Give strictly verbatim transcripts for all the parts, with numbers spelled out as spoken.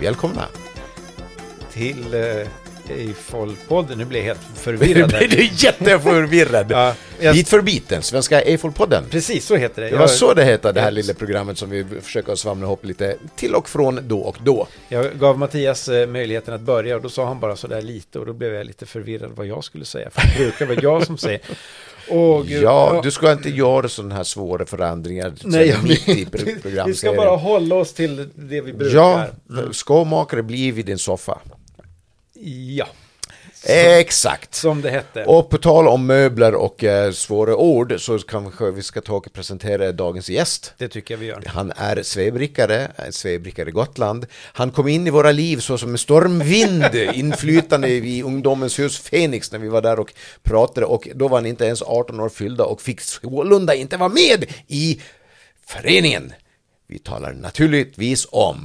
välkomna till eh, Eiffel-podden. Nu blir jag helt förvirrad. Nu blir du jätteförvirrad. Ja, jag... Bit för biten, svenska Eiffel-podden. Precis, så heter det. Det var jag... så det heter, det här lilla programmet som vi försöker svamla ihop lite till och från då och då. Jag gav Mattias eh, möjligheten att börja och då sa han bara så där lite och då blev jag lite förvirrad vad jag skulle säga. För det brukar vara jag som säger. Och, ja, ja, du ska inte göra sådana här svåra förändringar. Nej, mitt i program. Vi ska bara hålla oss till det vi brukar. Ja, skomakare blir vid din soffa. Ja. Så, exakt. Som det hette. Och på tal om möbler och eh, svåra ord så kanske vi ska ta och presentera dagens gäst. Det tycker jag vi gör. Han är svebrickare, svebrickare Gotland. Han kom in i våra liv så som en stormvind, inflytande i ungdomens hus Fenix när vi var där och pratade. Och då var han inte ens arton år fyllda och fick sålunda inte vara med i föreningen. Vi talar naturligtvis om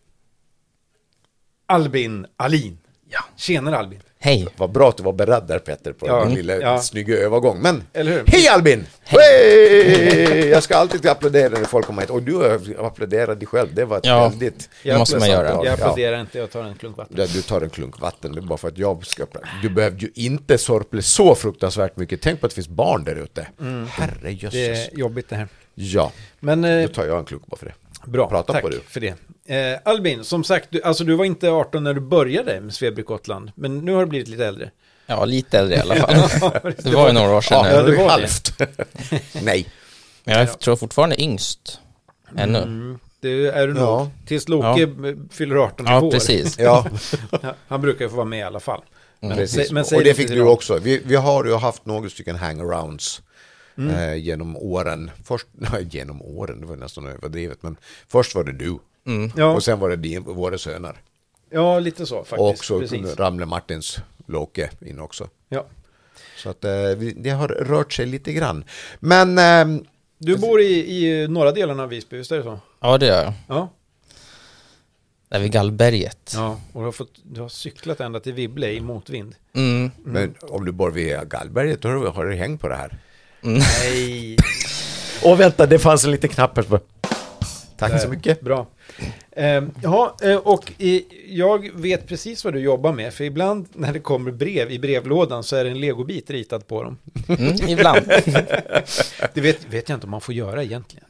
Albin Alin. Ja. Tjenare Albin. Hej. Vad bra att du var beredd där Petter på ja, en lilla ja. snygga övergång. Men eller hur? Hej Albin! Hej. Hey! Jag ska alltid applådera när folk kommer hit. Och du applåderar dig själv. Det var ett ja, väldigt... det måste man göra. Jag applåderar ja. inte, jag tar en klunk vatten. Ja, du tar en klunk vatten, det är bara för att jag ska... Du behöver ju inte sorpla så fruktansvärt mycket. Tänk på att det finns barn där ute. Mm. Herre jösses. Det är jobbigt det här. Ja, men eh, då tar jag en klunk bara för det. Bra, Prata tack på du. för det. Eh, Albin, som sagt, du, alltså du var inte arton när du började med Svebrick Gotland, men nu har du blivit lite äldre. Ja, lite äldre i alla fall. Det var ju några år sedan. Ja, ja det var halvt. Nej. Men jag tror fortfarande yngst ännu. Mm, det är du nog. Ja. Tills Loke ja. fyller arton i ja, år. Precis. Ja, han brukar ju få vara med i alla fall. Men, precis. Men och det fick du också. Vi, vi har ju haft några stycken hangarounds. Mm. Eh, genom åren. Först, nej, genom åren, det var nästan överdrivet. Men först var det du. Mm. Ja. Och sen var det din, våra söner. Ja, lite så faktiskt. Och så precis. ramlade Martins Loke in också. Ja. Så att eh, vi, det har rört sig lite grann. Men... Eh, du bor i, i norra delen av Visby, visst är det så? Ja, det gör jag. Ja. Där vid Gallberget. Ja, och du har, fått, du har cyklat ända till Vibble i motvind. Mm. Mm. Men om du bor vid Gallberget, då har du hängt på det här. Mm. Nej. Och vänta, det fanns en liten knapp här. Tack Nej, så mycket. Bra. Eh, ja, och i, jag vet precis vad du jobbar med. För ibland när det kommer brev i brevlådan så är det en legobit ritad på dem. Mm, ibland. Det vet, vet jag inte om man får göra egentligen.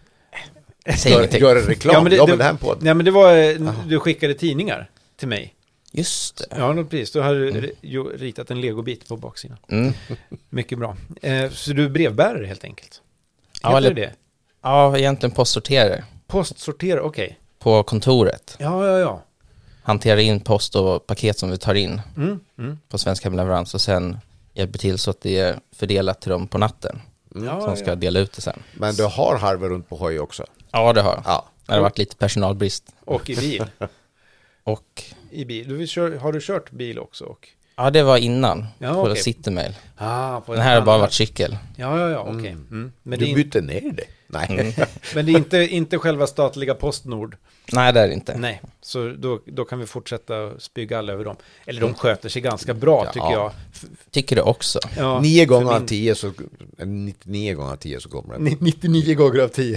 Gör, gör en reklam. Ja, men det, ja, det, men det här på. Nej, men det var, du skickade tidningar till mig. Just det. Ja, precis. Du har mm. ritat en legobit på baksidan. Mm. Mycket bra. Eh, så du är brevbärare helt enkelt? Ja, eller, det? Ja, egentligen postsorterare. Postsorterare, okej. Okay. På kontoret. Ja, ja, ja. Hanterar in post och paket som vi tar in mm. Mm. på Svensk Hemleverans och sen hjälper till så att det är fördelat till dem på natten. Mm. Ja, som ska ja. dela ut det sen. Men du har harvar runt på hoj också? Ja, det har jag. Ja. Det har varit lite personalbrist. Och i bil? och i bil. Du kör, har du kört bil också? Och... Ja, det var innan. Ja, på okay. Citymail. Ah, på den här har bara varit cykel. Ja, ja, ja, okej. Okay. Mm. Mm. Men du det bytte in... ner det? Nej. Mm. Men det är inte, inte själva statliga Postnord? Nej, det är det inte. Nej, så då, då kan vi fortsätta spygga alla över dem. Eller de sköter sig ganska bra, ja. tycker jag. Tycker du också? Ja, nio gånger av min... tio så... nittionio gånger av tio så kommer det. nittionio gånger av tio.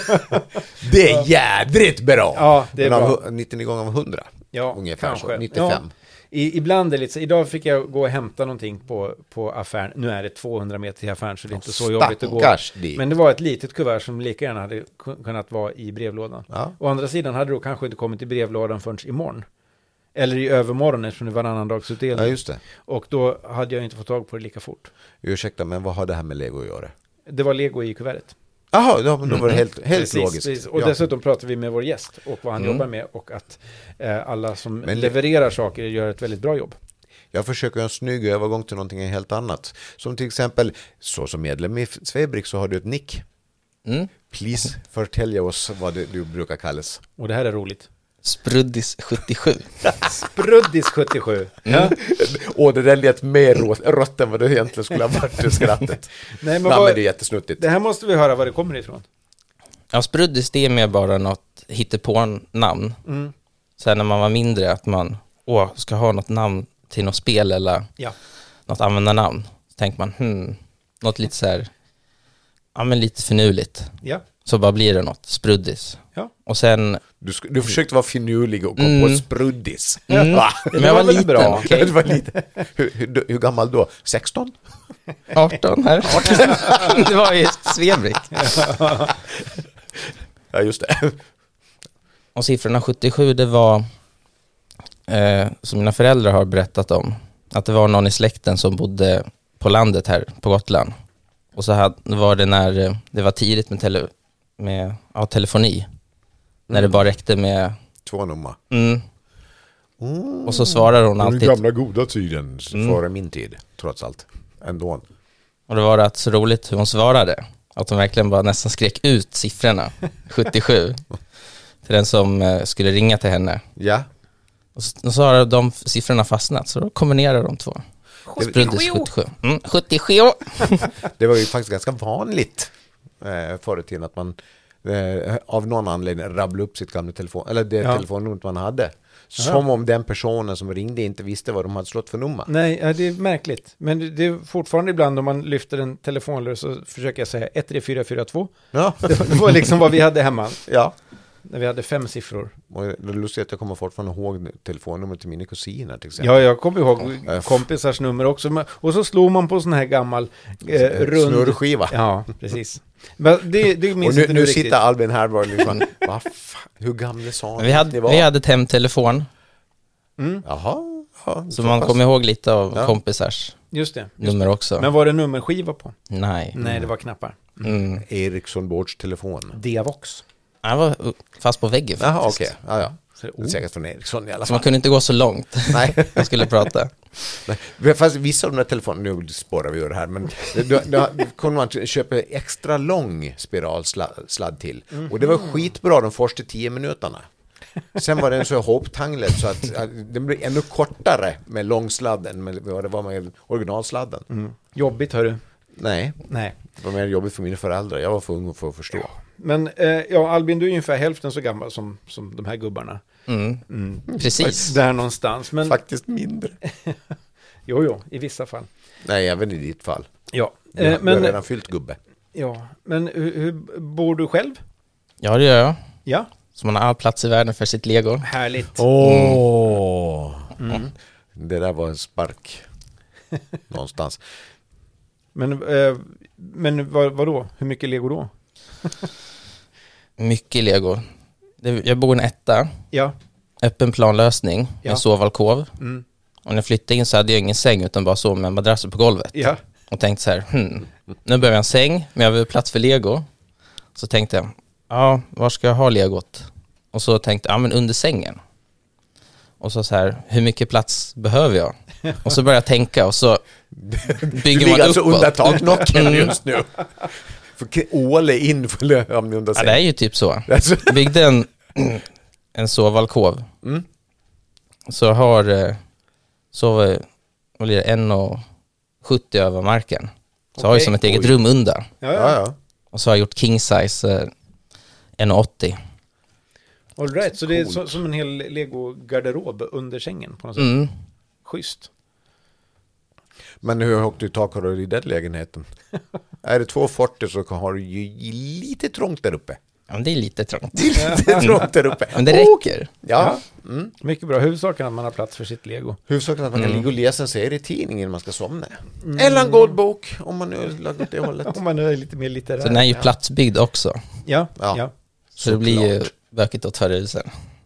Det är jädrigt bra! Ja, det är men bra. Av, nittionio gånger av hundra. Ja, ungefär kanske. Så. nittiofem. Ja. I, ibland är det lite så, idag fick jag gå och hämta någonting på, på affären. Nu är det tvåhundra meter till affären så det är inte så jobbigt att gå. Dit. Men det var ett litet kuvert som lika gärna hade kunnat vara i brevlådan. Ja. Å andra sidan hade det då kanske inte kommit i brevlådan förrän imorgon. Eller i övermorgon eftersom det var en annan dagsutdelning. Ja, just det. Och då hade jag inte fått tag på det lika fort. Ursäkta, men vad har det här med Lego att göra? Det var Lego i kuvertet. Jaha, ja, men då var det helt, helt precis, logiskt. Precis. Och ja. dessutom pratar vi med vår gäst och vad han mm. jobbar med och att eh, alla som men levererar saker gör ett väldigt bra jobb. Jag försöker en snygg övergång till någonting helt annat. Som till exempel, så som medlem i Svebrick så har du ett nick. Mm. Please, förtälj oss vad det, du brukar kallas. Och det här är roligt. Spruddis sjuttiosju. Spruddis sjuttiosju. Mm. Ja. Och det där lät mer rött än vad det egentligen skulle ha varit i skrattet. Nej, men, Nej, vad, men det är jättesnuttigt. Det här måste vi höra var det kommer ifrån. Ja, Spruddis det är mer bara något hittepå-namn. Mm. Sen när man var mindre att man åh, ska ha något namn till något spel eller ja. något användarnamn. Så tänker man, hmm, något lite så här, ja men lite förnuligt. Ja. så bara blir det något, spruddis. Ja. Och sen... Du, sk- du försökte vara finurlig och kom Mm. på spruddis. Mm. Va? Men jag var väl liten, bra. okej. Det var lite. Hur, hur, hur gammal då? sexton? arton här. Det var ju Svebrik. Ja, just det. Och siffrorna sjuttiosju, det var eh, som mina föräldrar har berättat om, att det var någon i släkten som bodde på landet här på Gotland. Och så hade, var det när eh, det var tidigt med, tele, med ja, telefoni. Mm. När det bara räckte med... Två nummer. Mm. Mm. Och så svarar hon alltid... Den gamla goda tiden, mm. före min tid, trots allt. Ändå. Och det var rätt så roligt hur hon svarade. Att hon verkligen bara nästan skrek ut siffrorna. sjuttiosju. Till den som eh, skulle ringa till henne. Ja. Och så, och så har de siffrorna fastnat. Så då kombinerar de två. Spruddis sjuttiosju. Mm, sjuttiosju. Det var ju faktiskt ganska vanligt eh, förr i tiden att man eh, av någon anledning rabblade upp sitt gamla telefon, eller det Ja. telefonnumret man hade. Som om den personen som ringde inte visste vad de hade slått för nummer. Nej, ja, det är märkligt. Men det- det är fortfarande ibland om man lyfter en telefonlur så försöker jag säga ett tre fyra fyra två. Ja, Det var- det var liksom vad vi hade hemma. ja. När vi hade fem siffror. Och det är lustigt att jag kommer fortfarande ihåg telefonnumret till mina kusiner till exempel. Ja, jag kommer ihåg Ja. kompisars nummer också. Men- Och så slog man på sån här gammal eh, rund... Snurrskiva. Ja, precis. Men det, det Och minns nu, inte du nu riktigt. sitter Albin här bara liksom, vad fan, hur gamla sa Vi hade, ni var? vi hade ett hemtelefon. Mm, Jaha, ja, Så man pass. kommer ihåg lite av Ja. kompisars just det. Just nummer också. Men var det nummerskiva på? Nej. Nej, det var knappar. Mm. Ericsson Bords telefon. Diavox. Han var fast på väggen Jaha, faktiskt. okej. Ja, ja. Så det- Det är säkert från Ericsson i alla Så man fall. kunde inte gå så långt. Nej. Jag skulle prata. Nej. Fast vissa av de här telefonerna, nu spårar vi ur det här, men då, då kunde man köpa extra lång spiralsladd till. Och det var skitbra de första tio minuterna. Sen var den så hoptanglad så att, att den blev ännu kortare med långsladden med vad det var med originalsladden. Mm. Jobbigt, hörru. Nej, Nej. det var mer jobbigt för mina föräldrar. Jag var för ung för att förstå. Men eh, ja, Albin, du är ungefär hälften så gammal som, som de här gubbarna. Mm. Mm. Precis. Där någonstans. Men Faktiskt mindre. jo, jo, i vissa fall. Nej, även i ditt fall. Ja, Du, eh, har- du har men, redan fyllt gubbe. ja, men hur, hur bor du själv? Ja, det gör jag. Ja, Så man har all plats i världen för sitt lego. härligt. Åh! Mm. Det där var en spark. Någonstans. Men, eh, men vad, vadå? Hur mycket lego då? Mycket lego. Det, jag bor i en etta. Ja. Öppen planlösning Ja. med sovalkov. Mm. Och när jag flyttade in så hade jag ingen säng utan bara sov med madrasser på golvet. Ja. Och tänkte så här, hmm, nu behöver jag en säng, men jag behöver plats för lego. Så tänkte jag, ja, var ska jag ha legot? Och så tänkte jag, ja men under sängen. Och så så här, hur mycket plats behöver jag? Och så började jag tänka och så Du bygger man ligger alltså uppåt. under taknocken Mm. just nu. För Åle in för löm under Ja, sig. det är ju typ så. Alltså. Jag byggde en, en sovalkov. Mm. Så har eh, så vad blir det, en komma sjuttio över marken. Så har jag Okej. som ett eget Oj. rum under. Ja, Ja, ja. ja. Och så har jag gjort king size eh, en komma åttio. All right, så det är Coolt. så, som en hel lego-garderob under sängen på något sätt. Mm. Schysst. Men hur högt i tak har du i den lägenheten? Är det två fyrtio så har du ju lite trångt där uppe. Ja, men det är lite trångt. Det är lite trångt där uppe. Men det räcker. Ja. Mm. Mycket bra. Huvudsaken är att man har plats för sitt lego. Huvudsaken är att man kan Mm. ligga och läsa en serietidning innan man ska somna. Eller en god bok, om man nu är lagd åt det hållet. Om man är lite mer litterär. Så den är ju platsbyggd också. Ja, Ja. ja. Så det blir ju Såklart. bökigt att ta det sen.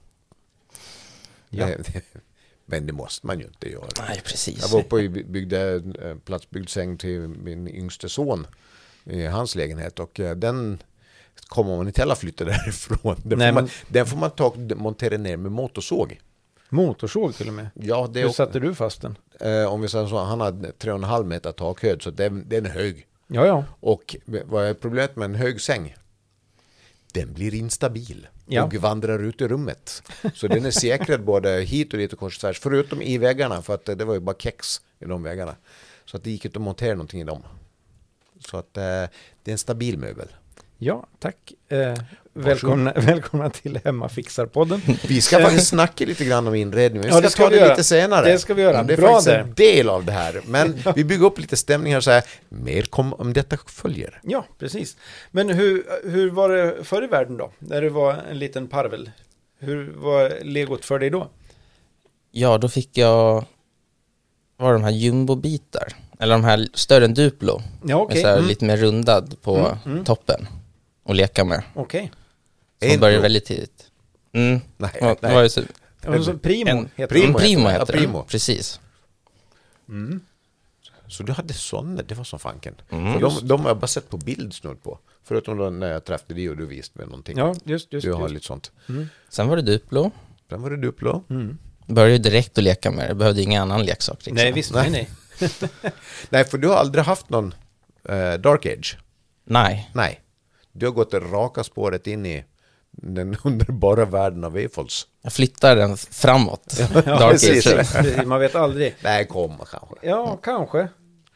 Ja. Det- det- Men det måste man ju inte göra. Nej, precis. Jag var uppe och byggde en eh, platsbyggd säng till min yngste son i hans lägenhet och eh, den kommer man inte heller flytta därifrån. Den, Nej, får, man, men- den får man ta och montera ner med motorsåg. Motorsåg till och med. Ja, det är Hur också, satte du fast den? eh, om vi säger så, han har tre och en halv meter takhöjd så den, den är hög. Ja, ja. Och vad är problemet med en hög säng? Den blir instabil Ja. och vandrar ut i rummet. Så den är säkrad både hit och dit och kors och tvärs. Förutom i väggarna, för att det var ju bara kex i de väggarna. Så att det gick inte att montera någonting i dem. Så att eh, det är en stabil möbel. Ja, tack. Eh, välkomna, välkomna till Hemmafixarpodden. Vi ska faktiskt snacka lite grann om inredning. Vi Ja, ska, det ska ta vi det göra. lite senare. Det ska vi göra. Det är Bra faktiskt där. en del av det här. Men vi bygger upp lite stämning här så här. Mer kom om detta följer. Ja, precis. Men hur, hur var det förr i världen då? När du var en liten parvel. Hur var legot för dig då? Ja, då fick jag, var de här jumbo-bitar. Eller de här större än Duplo. Ja, okej. Med så här Mm. lite mer rundad på Mm, mm. toppen. Och leka med. Okej. Så man började väldigt tidigt. Mm. Nej, Och det nej. var ju så, Ja, så Primo en, heter Primo. en Primo heter heter det. det. Ja, Primo. Precis. Mm. Så du hade sådana, det var som fanken. Mm. För de, de har jag bara sett på bild snudd på. Förutom då när jag träffade dig och du visste med någonting. Ja, just, just, du har just. lite sånt. Mm. Sen var det Duplo. Sen var det Duplo. Mm. Började direkt att leka med det. Behövde ingen annan leksak. Liksom. Nej, visst, nej, nej. Nej, för du har aldrig haft någon eh, Dark Age. Nej. Nej. Du har gått det raka spåret in i den underbara världen av Eiffels. Jag flyttar den framåt. Ja, Dark precis. Age. Precis, man vet aldrig. Nej, kom kanske. Ja, kanske.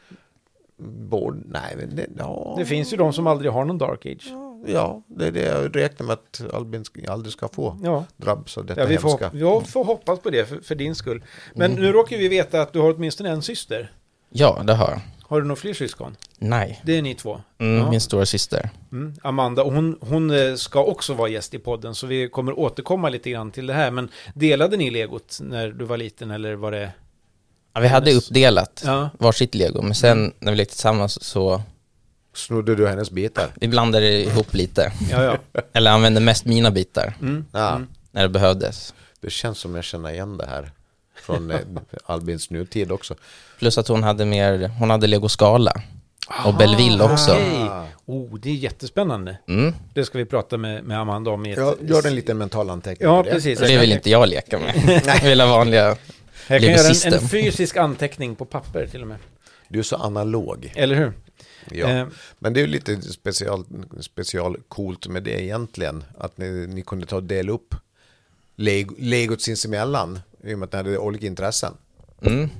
Bord, nej, men det, ja. Det finns ju de som aldrig har någon Dark Age. Ja, det är det jag räknar med att Albin ska- aldrig ska få. Ja, Drabbas av detta ja vi, får, hemska. vi får hoppas på det för, för din skull. Men nu råkar vi veta att du har åtminstone en syster. Ja, det har jag. Har du några fler syskon? Nej. Det är ni två. Mm, Ja. Min stora syster. Mm. Amanda, och hon, hon eh, ska också vara gäst i podden, så vi kommer återkomma lite grann till det här. Men delade ni legot när du var liten, eller var det... Ja, vi hade uppdelat Ja. varsitt lego. Men sen när vi lekte tillsammans så Snodde du hennes bitar? vi blandade ihop lite. Ja, ja. Eller använde mest mina bitar Mm. Ja, Mm. när det behövdes. det känns som jag känner igen det här. Från eh, Albins nutid också. Plus att hon hade mer, hon hade Lego Scala. Och Belleville också. Okej. Oh, det är jättespännande. Mm. Det ska vi prata med, med Amanda om i ett... Jag gör en liten mental anteckning Ja, på det. precis. Så det vill inte jag leka med. Jag vill ha vanliga Jag kan Lego göra en, System. en fysisk anteckning på papper till och med. Du är så analog. Eller hur? Ja. Eh, Men det är ju lite special, special coolt med det egentligen. Att ni, ni kunde ta och dela upp Lego, legot sinsemellan. I och med att ni hade olika intressen. Mm.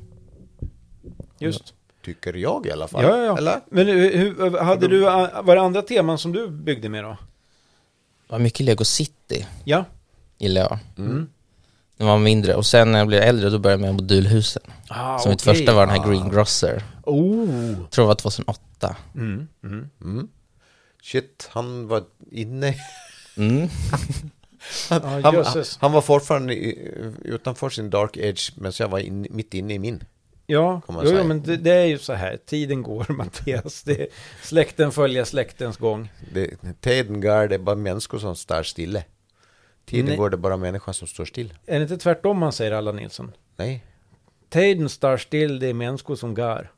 just. Tycker jag i alla fall. Ja, ja, ja. Eller? Men hur, hur, hade du, var det andra teman som du byggde med då? Det var mycket Lego City, Ja. gillar jag. Mm. Det var mindre. Och sen när jag blev äldre då började jag med modulhusen. Ah, Så mitt okej. första var den här Greengrosser. Oh. Jag tror det var tjugohundraåtta. Mm. Mm. Mm. Shit, han var inne. Mm. Han, Ja, han, han, jösses. han var fortfarande i, utanför sin dark age, men så jag var in, mitt inne i min. Ja, Kan man jo, jo, säga. men det, det är ju så här. Tiden går, Mattias. Det, släkten följer släktens gång. Det, tiden går, det är bara människor som står stilla. Tiden Nej. går, det är bara människor som står still. Är det inte tvärtom man säger, Allan Nilsson? Nej. Tiden står still, det är människor som går.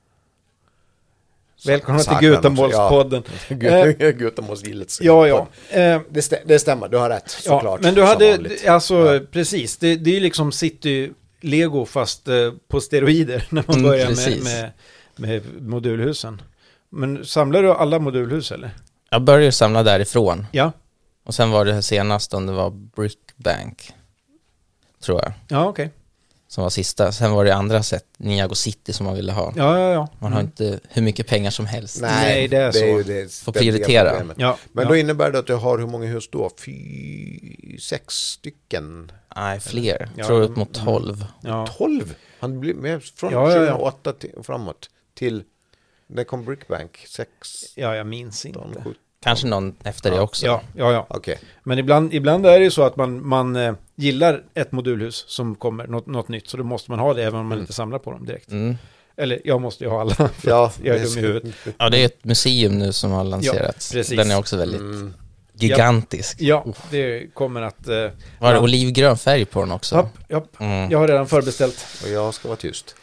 Välkomna till Saknar Gutamålspodden. Ja. Gutamålsgillets. Ja, ja. Eh, Det, stä, det stämmer, du har rätt, såklart. Ja, men du som hade, vanligt. alltså Ja. precis, det, det är ju liksom City Lego fast eh, på steroider när man Mm, börjar med, precis. med, med modulhusen. Men samlar du alla modulhus eller? Jag började samla därifrån. Ja, Och sen var det här senast om det var Brickbank, tror jag, ja okej. som var sista. Sen var det andra sätt, Niago City, som man ville ha. Ja, ja, ja. Man har inte hur mycket pengar som helst. Nej, Nej, det är så. ju det Får ständiga prioritera. problemet. Ja, Men ja. då innebär det att du har hur många hus då? Fy, sex stycken? Nej, fler. Ja, tror mm, upp mot tolv. Ja. Tolv? Han blir med från Ja, ja, ja. tjugohundraåtta till, framåt till, när kom Brickbank? sex, ja, jag minns inte. sjutton? Kanske någon efter det också. Ja, ja, ja. Okej. Men ibland, ibland är det ju så att man, man eh, gillar ett modulhus som kommer, något, något nytt, så då måste man ha det även om man Mm. inte samlar på dem direkt. Mm. Eller jag måste ju ha alla, för Ja, att jag är det dum i huvudet. Ja, det är ett museum nu som har lanserats. Ja, precis. Den är också väldigt Mm. gigantisk. Ja, det kommer att... Eh, Var det ja. olivgrön färg på den också? Japp, japp. Mm. Jag har redan förbeställt. Och jag ska vara tyst.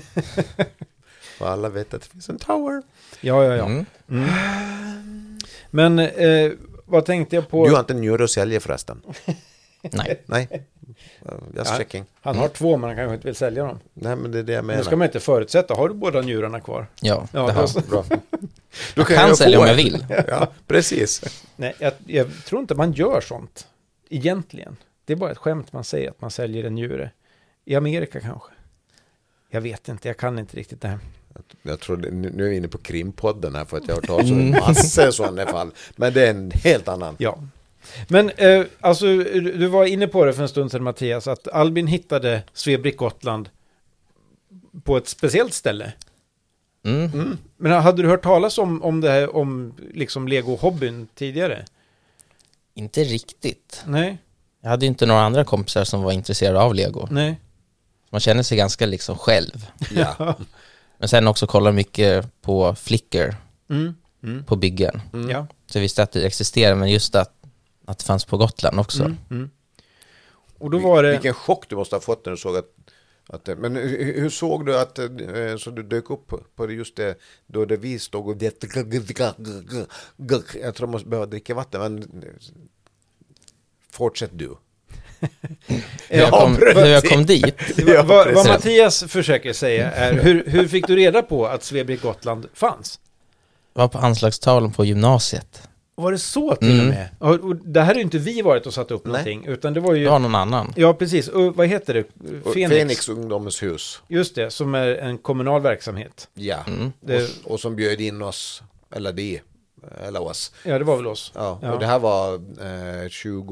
För alla vet att det finns en tower. Ja, ja, ja. Mm. Mm. Men eh, vad tänkte jag på? Du har inte en njure att sälja förresten? Nej. Nej. Just Ja. checking. Han har två, men han kanske inte vill sälja dem. Nej, men det är det jag Nu menar. ska man inte förutsätta. Har du båda njurarna kvar? Ja, Ja, det har då- jag. Bra. Jag kan sälja om jag vill. Ja, precis. Nej, jag, jag tror inte man gör sånt. Egentligen. Det är bara ett skämt man säger att man säljer en njure. I Amerika kanske. Jag vet inte, jag kan inte riktigt det här. Jag tror det, nu är vi inne på krimpodden här för att jag har tagit så massor sådana fall. Men det är en helt annan. Ja. Men eh, alltså, du var inne på det för en stund sedan, Mattias, att Albin hittade Svebrick Gotland på ett speciellt ställe. Mm. Mm. Men hade du hört talas om, om det här, om liksom Lego-hobbyn tidigare? Inte riktigt. Nej. Jag hade ju inte några andra kompisar som var intresserade av Lego. Nej. Man känner sig ganska liksom själv. Ja. Men sen också kolla mycket på Flickr Mm. Mm. på byggen. Mm. Ja. Så jag visste att det existerade, men just att, att det fanns på Gotland också. Mm. Mm. Och då var det... Vilken chock du måste ha fått när du såg att, att men hur, hur såg du att så du dök upp på det just det då det vi stod och jag tror man måste behöva dricka vatten, men fortsätt du. Hur jag kom, hur jag kom dit. vad, vad, vad Mattias försöker säga är, hur, hur fick du reda på att Svebrick Gotland fanns? Var på anslagstavlan på gymnasiet. Var det så till Mm. och med? Och, och det här är ju inte vi varit och satt upp Nej. någonting, utan det var ju... Det var någon annan. Ja, precis. Och vad heter det? Fenix. Fenix ungdomens hus. Just det, som är en kommunal verksamhet. Ja. Mm. Det, Och, och som bjöd in oss, eller det, eller oss. ja, det var väl oss. Ja, Ja. och det här var eh,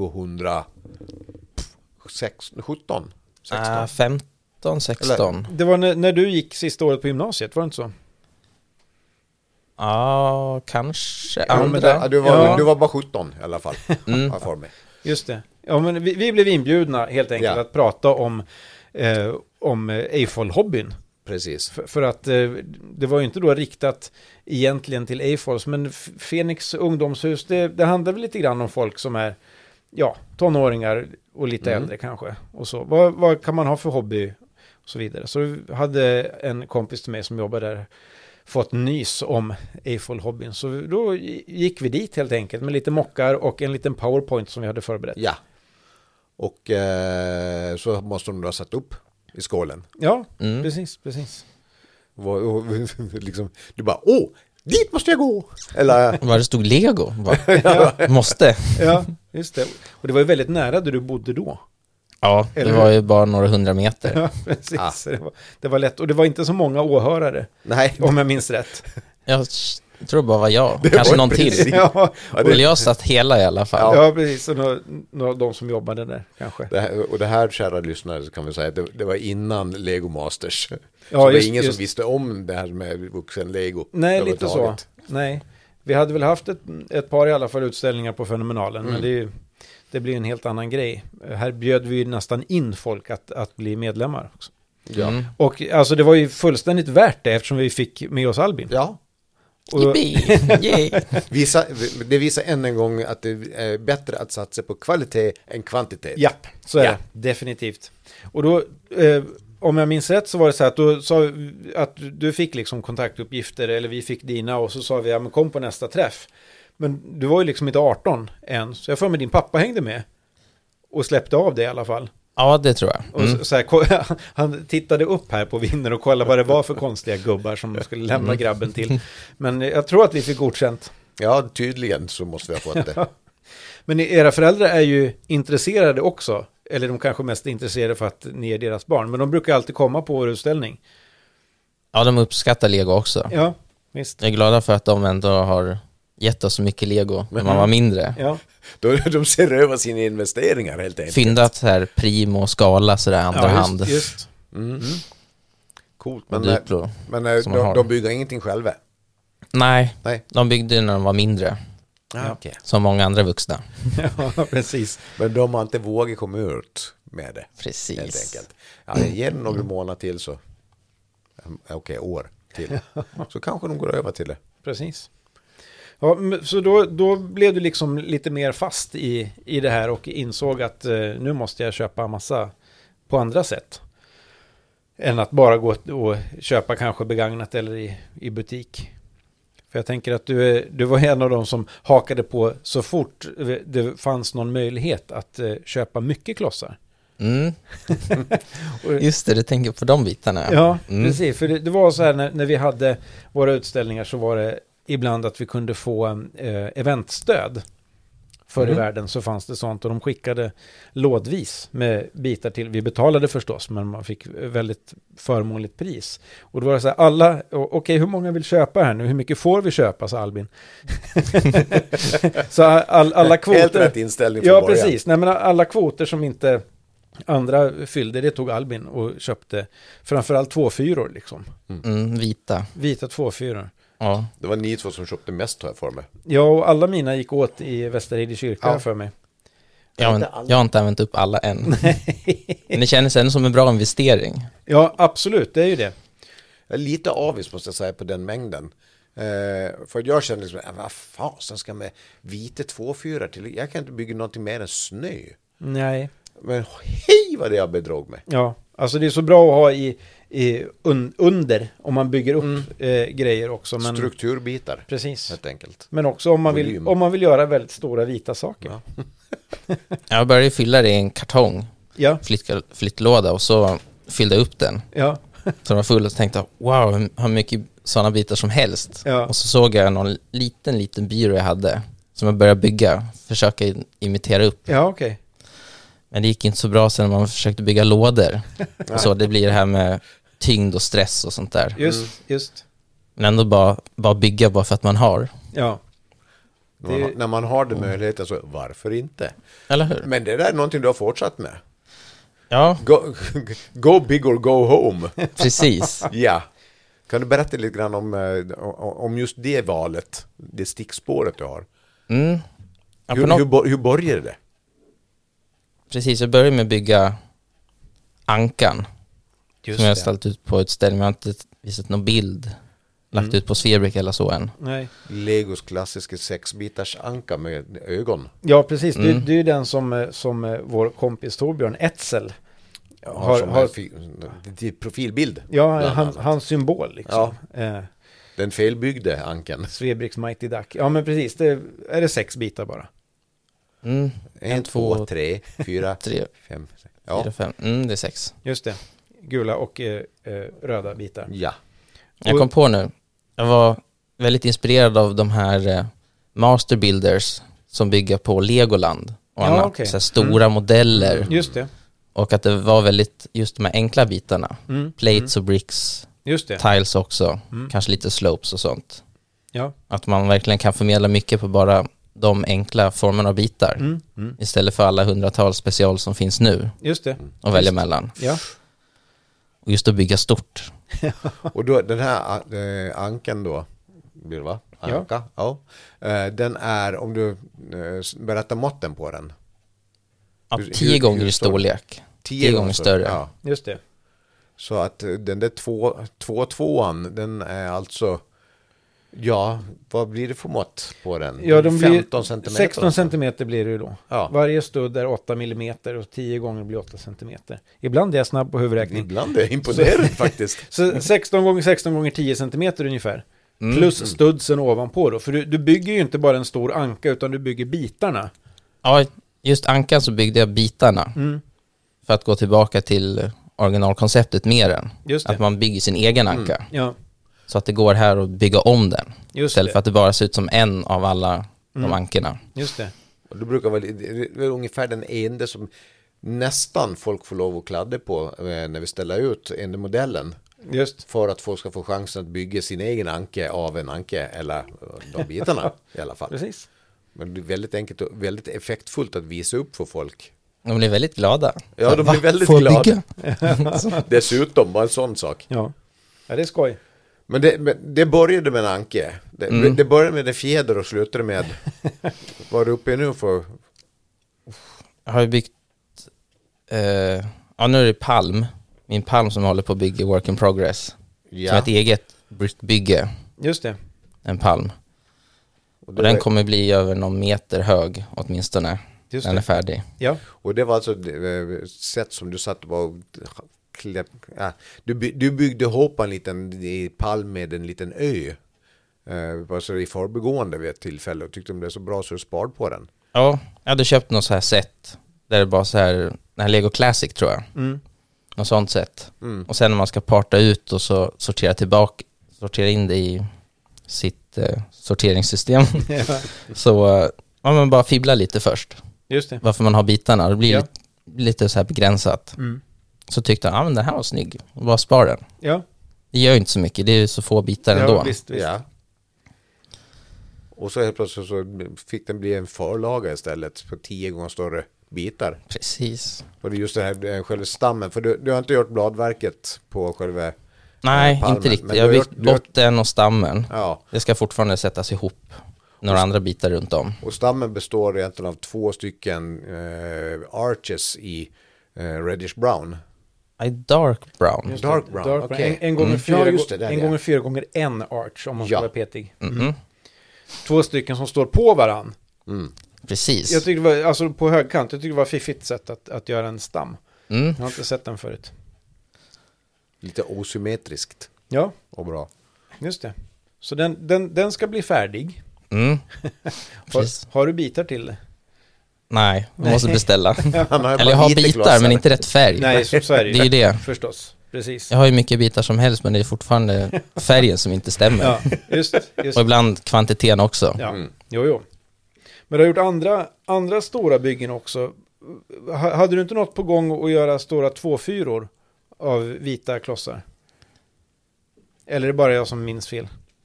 tjugohundrasjutton, sexton. Äh, femton, sexton. Det var när, när du gick sista året på gymnasiet, var det inte så? Ja, kanske. Ja, men Andra. det- Ja, du, var, Ja. du var bara sjutton i alla fall. Mm. Har jag för mig. Just det. Ja, men vi, vi blev inbjudna helt enkelt Ja. att prata om, eh, om eh, Eiffel-hobbyn. Precis. För, för att eh, det var ju inte då riktat egentligen till Eiffels, men F- Fenix ungdomshus, det, det handlar väl lite grann om folk som är, ja, tonåringar och lite Mm. äldre kanske. Och så. Vad, vad kan man ha för hobby och så vidare. Så vi hade en kompis till mig som jobbade där fått nys om Eiffel-hobbyn. Så då gick vi dit helt enkelt med lite mockar och en liten PowerPoint som vi hade förberett. Ja. Och eh, så måste de då ha satt upp i skålen. Ja, Mm. precis, precis. Och, och, liksom, du bara, åh, dit måste jag gå. Eller, Var det stod Lego? Bara, måste. Ja, just det. Och det var ju väldigt nära där du bodde då. Ja, det Eller var hur? ju bara några hundra meter. Ja, precis. Ah. Det, var, det var lätt. Och det var inte så många åhörare, nej. om jag minns rätt. Jag tror bara var jag. Kanske var någon precis. till. Ja, Ja, det, Eller jag satt hela i alla fall. ja precis. Och några, några av de som jobbade där, kanske. det här, och det här, kära lyssnare, så kan vi säga att det, det var innan Lego Masters. Så Ja, det var just- ingen just. som visste om det här med vuxen Lego. Nej, lite så. överhuvudtaget. Nej. Vi hade väl haft ett, ett par i alla fall utställningar på Fenomenalen, Mm. men det, är ju- det blir en helt annan grej. Här bjöd vi nästan in folk att, att bli medlemmar också. Ja. Mm. Och alltså det var ju fullständigt värt det eftersom vi fick med oss Albin. Ja. Och, Yippee! Yay! Visa, det visar än en gång att det är bättre att satsa på kvalitet än kvantitet. japp, så är Ja. det. Definitivt. Och då, eh, om jag minns rätt så var det så här att, då sa vi att du fick liksom kontaktuppgifter eller vi fick dina och så sa vi, ja men kom på nästa träff. Men du var ju liksom inte arton än, så jag får med din pappa hängde med och släppte av det i alla fall. Ja, det tror jag. Och Mm. så, så här, ko- han tittade upp här på vinden och kollade vad det var för konstiga gubbar som skulle lämna grabben till. Men jag tror att vi fick godkänt. Ja, tydligen så måste vi ha fått det. Men era föräldrar är ju intresserade också. Eller de kanske mest är intresserade för att ni är deras barn. Men de brukar alltid komma på vår utställning. Ja, de uppskattar Lego också. Ja, visst. Jag är glada för att de ändå har gett oss så mycket Lego när man var mindre. Ja, Då, de ser över sina investeringar helt enkelt. Fyndat så här prim och skala sådär andra ja hand. just, just. Mm. Coolt. Och Men, eh, Duplo. men eh, som man de, har. de bygger ingenting själva. Nej, Nej. de byggde när de var mindre. Ah, okay. Som många andra vuxna. Ja, precis. Men de har inte vågat komma ut med det. Helt Precis. enkelt. Ja, det ger dem några månader till så. Okej, okay, år till. Så kanske de går över till det. Precis. Ja, men- så då, då blev du liksom lite mer fast i, i det här och insåg att eh, nu måste jag köpa massa på andra sätt. Än att bara gå och köpa kanske begagnat eller i, i butik. För jag tänker att du, är- du var en av de som hakade på så fort det fanns någon möjlighet att eh, köpa mycket klossar. Mm. Och- Just det, du tänker på de bitarna. Ja, Mm. precis. För det, det var så här när, när vi hade våra utställningar så var det ibland att vi kunde få eh, eventstöd förr i Mm. världen så fanns det sånt och de skickade lådvis med bitar till. Vi betalade förstås, men man fick väldigt förmånligt pris. Och då var det så här, alla, okej okay, hur många vill köpa här nu? Hur mycket får vi köpa, sa Albin. Så all, alla kvoter... Helt rätt inställning från Ja, början. precis. Nej, men alla kvoter som inte andra fyllde, det tog Albin och köpte framförallt tvåfyror liksom. Mm, vita. Vita tvåfyror. Ja. Det var ni två som köpte mest, har jag för mig. Ja, och alla mina gick åt i Västerhejde kyrka Ja. för mig. Jag, Inte har, alla. jag har inte använt upp alla än. Men det känns ändå som en bra investering. Ja, absolut, det är ju det. Jag är lite avis måste jag säga på den mängden. Eh, för jag känner liksom, äh, vad fasen ska med vita tvåfyrar till? Jag kan inte bygga någonting mer än snö. Nej. Men hej vad det jag bedrog med. Ja, alltså det är så bra att ha i, i un, under om man bygger upp Mm. eh, grejer också. Men, Strukturbitar, precis. helt enkelt. Men också om man, vill, Volym. om man vill göra väldigt stora vita saker. Ja. Jag började fylla det i en kartong, Ja, flytt, flyttlåda, och så fyllde jag upp den. ja, Så den var full och tänkte, wow, hur mycket sådana bitar som helst. Ja. Och så såg jag någon liten, liten byrå jag hade som jag började bygga, försöka imitera upp. ja okej. Men det gick inte så bra sen när man försökte bygga lådor. Och så det blir det här med tyngd och stress och sånt där. Just, Mm. just. Men ändå bara, bara bygga bara för att man har. Ja, När, man, har- när man har den möjligheten så varför inte? Eller hur? Men det där är någonting du har fortsatt med. Ja, Go, go big or go home. precis. Ja. Kan du berätta lite grann om, eh, om just det valet, det stickspåret du har? Mm. Ja, på Hur, något, hur, bo- hur började det? precis, jag började med att bygga ankan. just som jag har det. ställt ut på utställning. Jag har inte visat någon bild. Lagt Mm. ut på Svebrick eller så än. Nej. Legos klassiska sexbitars anka med ögon. Ja, precis. Det, Mm. det är ju den som, eh, som eh, vår kompis Torbjörn Etzel. Har, Har- som har- en fi- det är profilbild. Ja, bland han, annat. hans symbol liksom. Eh, Den felbyggde anken. Svebricks Mighty Duck. Ja, men precis. Det är det sex bitar bara. Mm. En, två, tre, fyra, tre, fem, sex. Ja. fyra, fem. Mm, det är sex. Just det. Gula och eh, eh, röda bitar. Ja. Jag kom på nu. Jag var väldigt inspirerad av de här eh, master builders som bygger på Legoland och Ja, annat. okej. Så här stora modeller. Just det. Och att det var väldigt just de här enkla bitarna. Mm. Plates och bricks, Just det. tiles också. Mm. Kanske lite slopes och sånt. Ja. Att man verkligen kan förmedla mycket på bara de enkla formerna av bitar. Mm. Mm. Istället för alla hundratals special som finns nu Just det. att välja mellan. Ja. Och just att bygga stort. Och då, den här äh, anken då, blir det va? Anka, ja. Äh, den är, om du äh, berättar måtten på den. Ja, Hur- tio hur- gånger hur i stor? storlek. Tio gånger större. Ja. Just det. Så att eh, den där två, två tvåan, den är alltså, ja, vad blir det för mått på den? Ja, de blir femton centimeter. sexton centimeter blir det ju då. Ja. Varje studd är åtta millimeter och tio gånger blir åtta centimeter. Ibland är jag snabb på huvudräkning. Ibland är det imponerande faktiskt. Så sexton gånger sexton gånger tio centimeter ungefär. Mm. Plus studsen ovanpå då. För du, du bygger ju inte bara en stor anka utan du bygger bitarna. Ja, just ankan så byggde jag bitarna. Mm. För att gå tillbaka till originalkonceptet mer än. Just det. Att man bygger sin egen anka. Ja, Så att det går här att bygga om den. just Istället det. för att det bara ser ut som en av alla Mm. de ankorna. Just det. Och då brukar väl, det är väl ungefär den enda som nästan folk får lov att kladda på eh, när vi ställer ut enda modellen. Just. För att folk ska få chansen att bygga sin egen anke av en anke, eller eh, de bitarna i alla fall. Precis. Men det är väldigt enkelt och väldigt effektfullt att visa upp för folk. De blir väldigt glada. Ja, de Va? blir väldigt Får jag glada. bygga? Dessutom, bara en sån sak. Ja. Ja, det är skoj. Men det, men det började med en anke. Det, Mm. det började med det fjäder och slutade med vad är du uppe i nu för? Jag har ju byggt, eh, ja nu är det Palm. Min Palm som håller på att bygga Work in Progress. Som Ja. ett eget brickbygge, Just det. en Palm. Och Och det, den var, kommer bli över någon meter hög åtminstone. Just när den är det. färdig. Ja. och det var alltså ett sätt som du satt och var kläpp, ja, du, by, du byggde ihop en liten i palm med en liten ö. Uh, alltså i förbigående vid ett tillfälle och tyckte om det är så bra så du sparade på den. Ja, jag hade köpt något så här set. Där det bara så här, den här Lego Classic tror jag. Mm. Något sånt sätt. Mm. Och sen när man ska parta ut och så sortera tillbaka, sortera in det i sitt eh, sorteringssystem. Ja. så, Ja, men bara fibbla lite först. Just det. Varför man har bitarna. Det blir Ja. lite, lite så här begränsat. Mm. Så tyckte han, ja men den här var snygg. Bara spar den. Ja, Det gör ju inte så mycket, det är ju så få bitar ändå. ja visst, visst. Ja. Och så helt plötsligt så fick den bli en förlaga istället på tio gånger större bitar. Precis. Och det är just det här själva stammen. För du, du har inte gjort bladverket på själva... Nej, palmen, inte men riktigt. du Jag har har byggt gjort- du har- botten och stammen. Ja, Det ska fortfarande sättas ihop. Några andra bitar runt om. och stammen består egentligen av två stycken eh, arches i eh, reddish brown. I dark brown. Just Dark det, brown, dark okej. En, en gånger Mm. fyra, Ja, just det, där, en ja. gånger fyra gånger en arch om man ska Ja. vara petig. Mhm. Två stycken som står på varann. Mm. Precis. Jag tyckte det var, alltså på högkant, jag tyckte det var fiffigt sätt att, att göra en stam. Mm. Jag har inte sett den förut. Lite osymmetriskt Ja, och bra. just det. Så den, den, den ska bli färdig. Mm. Har, Precis. har du bitar till det? Nej, man måste beställa. Han har ju Eller jag bara har lite bitar klossar. men inte rätt färg. Nej, så, så är det ju. Det är ju det. Förstås, precis. Jag har ju mycket bitar som helst men det är fortfarande färgen som inte stämmer. Ja, just, just. Och ibland kvantiteten också. Ja, Mm. jo, jo. Men du har gjort andra, andra stora byggen också. Ha- Hade du inte något på gång att göra stora tvåfyror av vita klossar? Eller är det bara jag som minns fel?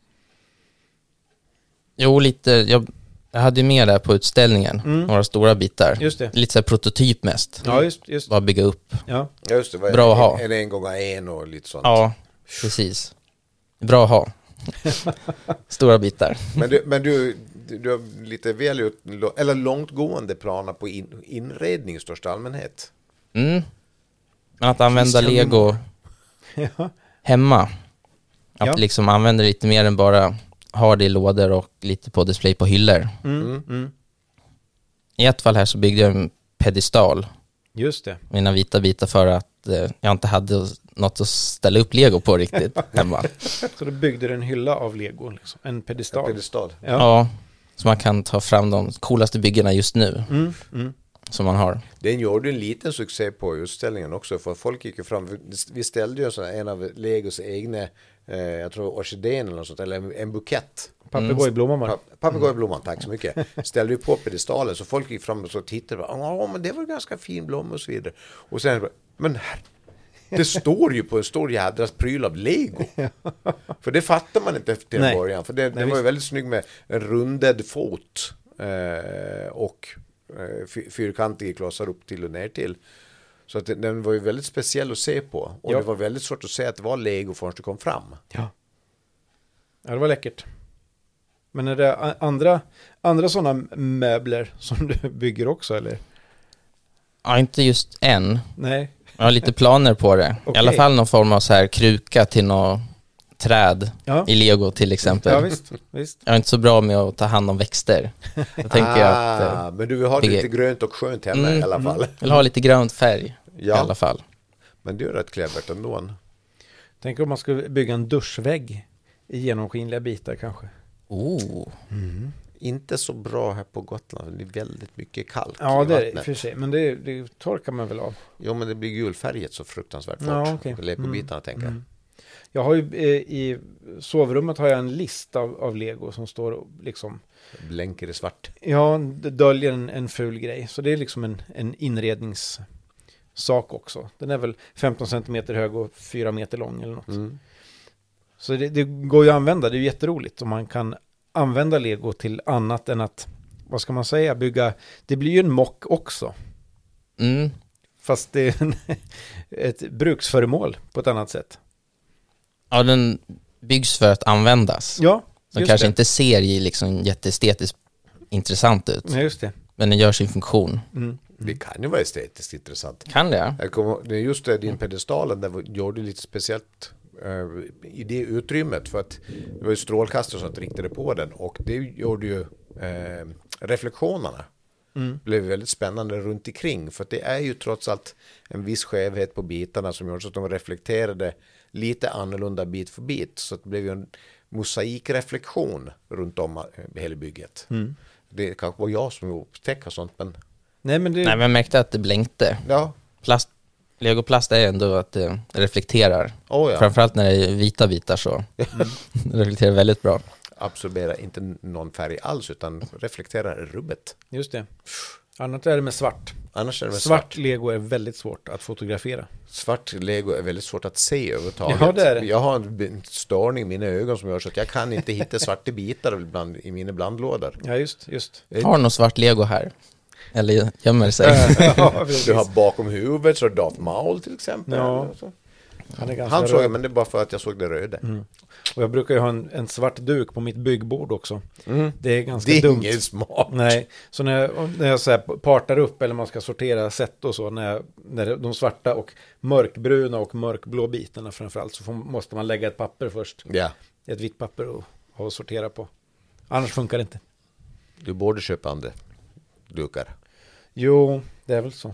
Jo, lite. Jag, jag hade ju med där på utställningen. Mm. Några stora bitar. Just det. Lite så här prototyp mest. Ja, just, just. Bara bygga upp. Ja. Ja, just det. Vad är Bra det? att ha. Är det en gång en och lite sånt? Ja, precis. Bra att ha. Stora bitar. Men, du, men du, du, du har lite väl ut, eller långtgående planer på in, inredning i största allmänhet. Mm. Men att använda Visst kan Lego Ja. hemma. Att Ja. liksom använda lite mer än bara ha det i lådor och lite på display på hyllor. Mm. Mm. Mm. I ett fall här så byggde jag en pedestal. Just det. Mina vita bitar för att eh, jag inte hade något att ställa upp Lego på riktigt hemma. Så då byggde du en hylla av Lego, liksom. En pedestal. Pedestal. Ja. Ja, så man kan ta fram de coolaste byggena just nu Mm. Mm. som man har. Den gjorde en liten succé på utställningen också, för folk gick ju fram. Vi ställde ju en, sån, en av Legos egna, eh, jag tror orkidén eller något sånt, eller en, en bukett. Papegojblomman var det. Pa- Papegojblomman, tack så mycket. Ställde ju på pedestalen, så folk gick fram och så tittade. Ja, men det var ganska fin blomma och så vidare. Och sen, men här, det står ju på en stor jädras pryl av Lego. För det fattar man inte efter Nej. början. För det, Nej, det var ju visst. väldigt snygg med en rundad fot eh, och eh, fy- fyrkantiga klossar upp till och ner till. Så att det, den var ju väldigt speciell att se på. Och Ja. det var väldigt svårt att se att det var Lego förrän det kom fram. Ja. Ja, det var läckert. Men är det a- andra, andra sådana möbler som du bygger också, eller? Ja, inte just än. Nej. Jag har lite planer på det. I Okej. alla fall någon form av så här kruka till något träd Ja, i Lego till exempel. ja visst, visst. Jag är inte så bra med att ta hand om växter. Jag tänker att eh, ah, men du vill ha det bygger- lite grönt och skönt hemma Mm, i alla fall. jag vill ha lite grön färg i Ja. alla fall. Men det är rätt klädvärt ändå. Tänk om man skulle bygga en duschvägg i genomskinliga bitar kanske. Oh. Inte så bra här på Gotland. Det är väldigt mycket kallt Ja, i det är det vattnet. för sig. Men det, det torkar man väl av. Jo, men det blir gulfärget så fruktansvärt fort. Ja, okej. Legobitarna tänker jag. Mm. Jag har ju eh, i sovrummet har jag en list av, av Lego som står och liksom, Blänker i svart. ja, det döljer en, en ful grej. Så det är liksom en, en inredningssak också. Den är väl femton centimeter hög och fyra meter lång eller något. Mm. Så det, det går ju att använda, det är ju jätteroligt om man kan använda Lego till annat än att, vad ska man säga, bygga, det blir ju en mock också. Mm. Fast det är en, ett bruksföremål på ett annat sätt. Ja, den byggs för att användas. Ja, Den just kanske det. inte ser ju liksom jätteestetiskt intressant ut. Nej, just det. Men den gör sin funktion. Mm. Det kan ju vara estetiskt intressant. Kan det? Jag kommer, det är just det, din pedestalen där gjorde lite speciellt eh, i det utrymmet, för att det var ju strålkastare som riktade på den, och det gjorde ju eh, reflektionerna Mm. blev väldigt spännande runt omkring, för att det är ju trots allt en viss skevhet på bitarna som gjorde så att de reflekterade lite annorlunda bit för bit, så att det blev ju en mosaikreflektion runt om eh, hela bygget. Mm. Det kanske var jag som upptäckte sånt, men Nej, men det... Nej, men jag märkte att det blänkte. ja, Plast, Legoplast är ändå att det reflekterar. oh, ja. Framförallt när det är vita bitar så. Det reflekterar väldigt bra. absorberar inte någon färg alls utan reflekterar rubbet. Just det. Annars är det med svart. Annars är det med Svart, svart. lego är väldigt svårt att fotografera. Svart lego är väldigt svårt att se överhuvudtaget. Ja, det är det. Jag har en störning i mina ögon som gör så att jag kan inte hitta svarta bitar ibland, i mina blandlådor. Ja, just, just. Har någon svart lego här? Eller gömmer sig? Ja, precis. Du har bakom huvudet så Darth Maul till exempel. Ja. Så. Han är ganska Han såg röd. jag, men det är bara för att jag såg det röda. Mm. Och jag brukar ju ha en, en svart duk på mitt byggbord också. Mm. Det är ganska Det är dumt. inget smart. Nej, så när jag, när jag så här partar upp eller man ska sortera set och så, när, jag, när de svarta och mörkbruna och mörkblå bitarna framförallt, så får, måste man lägga ett papper först. Ja, Ett vitt papper och, och sortera på. Annars funkar det inte. du borde köpa andra dukar. Jo, det är väl så.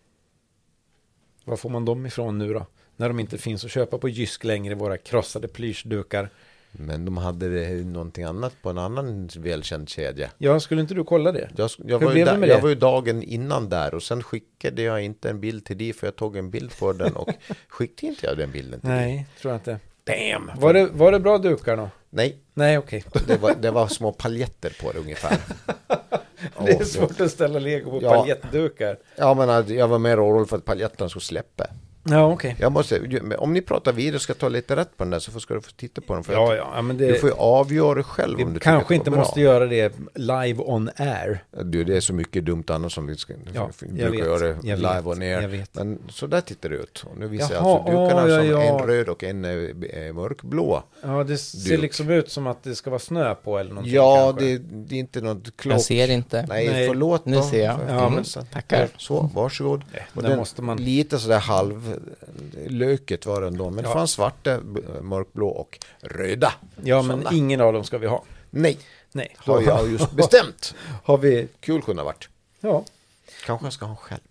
Var får man dem ifrån nu då? När de inte finns att köpa på Jysk längre, våra krossade plyschdukar. Men de hade det någonting annat på en annan välkänd kedja. Ja, skulle inte du kolla det? Jag, jag, Hur var, ju blev det där, med jag det? var ju dagen innan där och sen skickade jag inte en bild till dig för jag tog en bild på den och skickade inte jag den bilden till dig. Nej, tror jag inte. Damn! Var det, var det bra dukar då? Nej, Nej, okej. det var, det var små paljetter på det ungefär. Det är Åh, svårt att ställa lego på Ja. paljettdukar. Ja, men att jag var mer orolig för att paljetterna skulle släppa. Ja, okej. Jag måste, om ni pratar vidare ska jag ta lite rätt på den där så får- ska du få titta på den. För Ja, att ja, ja, men Du det, får ju avgöra själv vi om du kanske tycker inte att det var måste bra. göra det live on air. Du, det är så mycket dumt annat som vi ska, Ja, vi jag brukar vet, göra jag live vet, on air. jag vet. Men så där tittar det ut. Och nu visar Jaha, jag alltså dukarna åh, ja, som ja. en röd och en eh, eh, mörkblå. Ja, det ser Duk. liksom ut som att det ska vara snö på eller någonting. Ja, kanske. det, det är inte något klokt. Jag ser inte. Nej, Nej, förlåt nu då. ser jag. För- Ja, men- så- Tackar. Så, varsågod. Nej, Och där den, måste man... lite sådär halv löket var den då. Men Ja. det fanns svarta, b- mörkblå och röda. Ja, men Sådana. ingen av dem ska vi ha. Nej, Nej, har då jag just bestämt. har vi... Kul kunde ha varit. Ja, Kanske jag ska ha själv.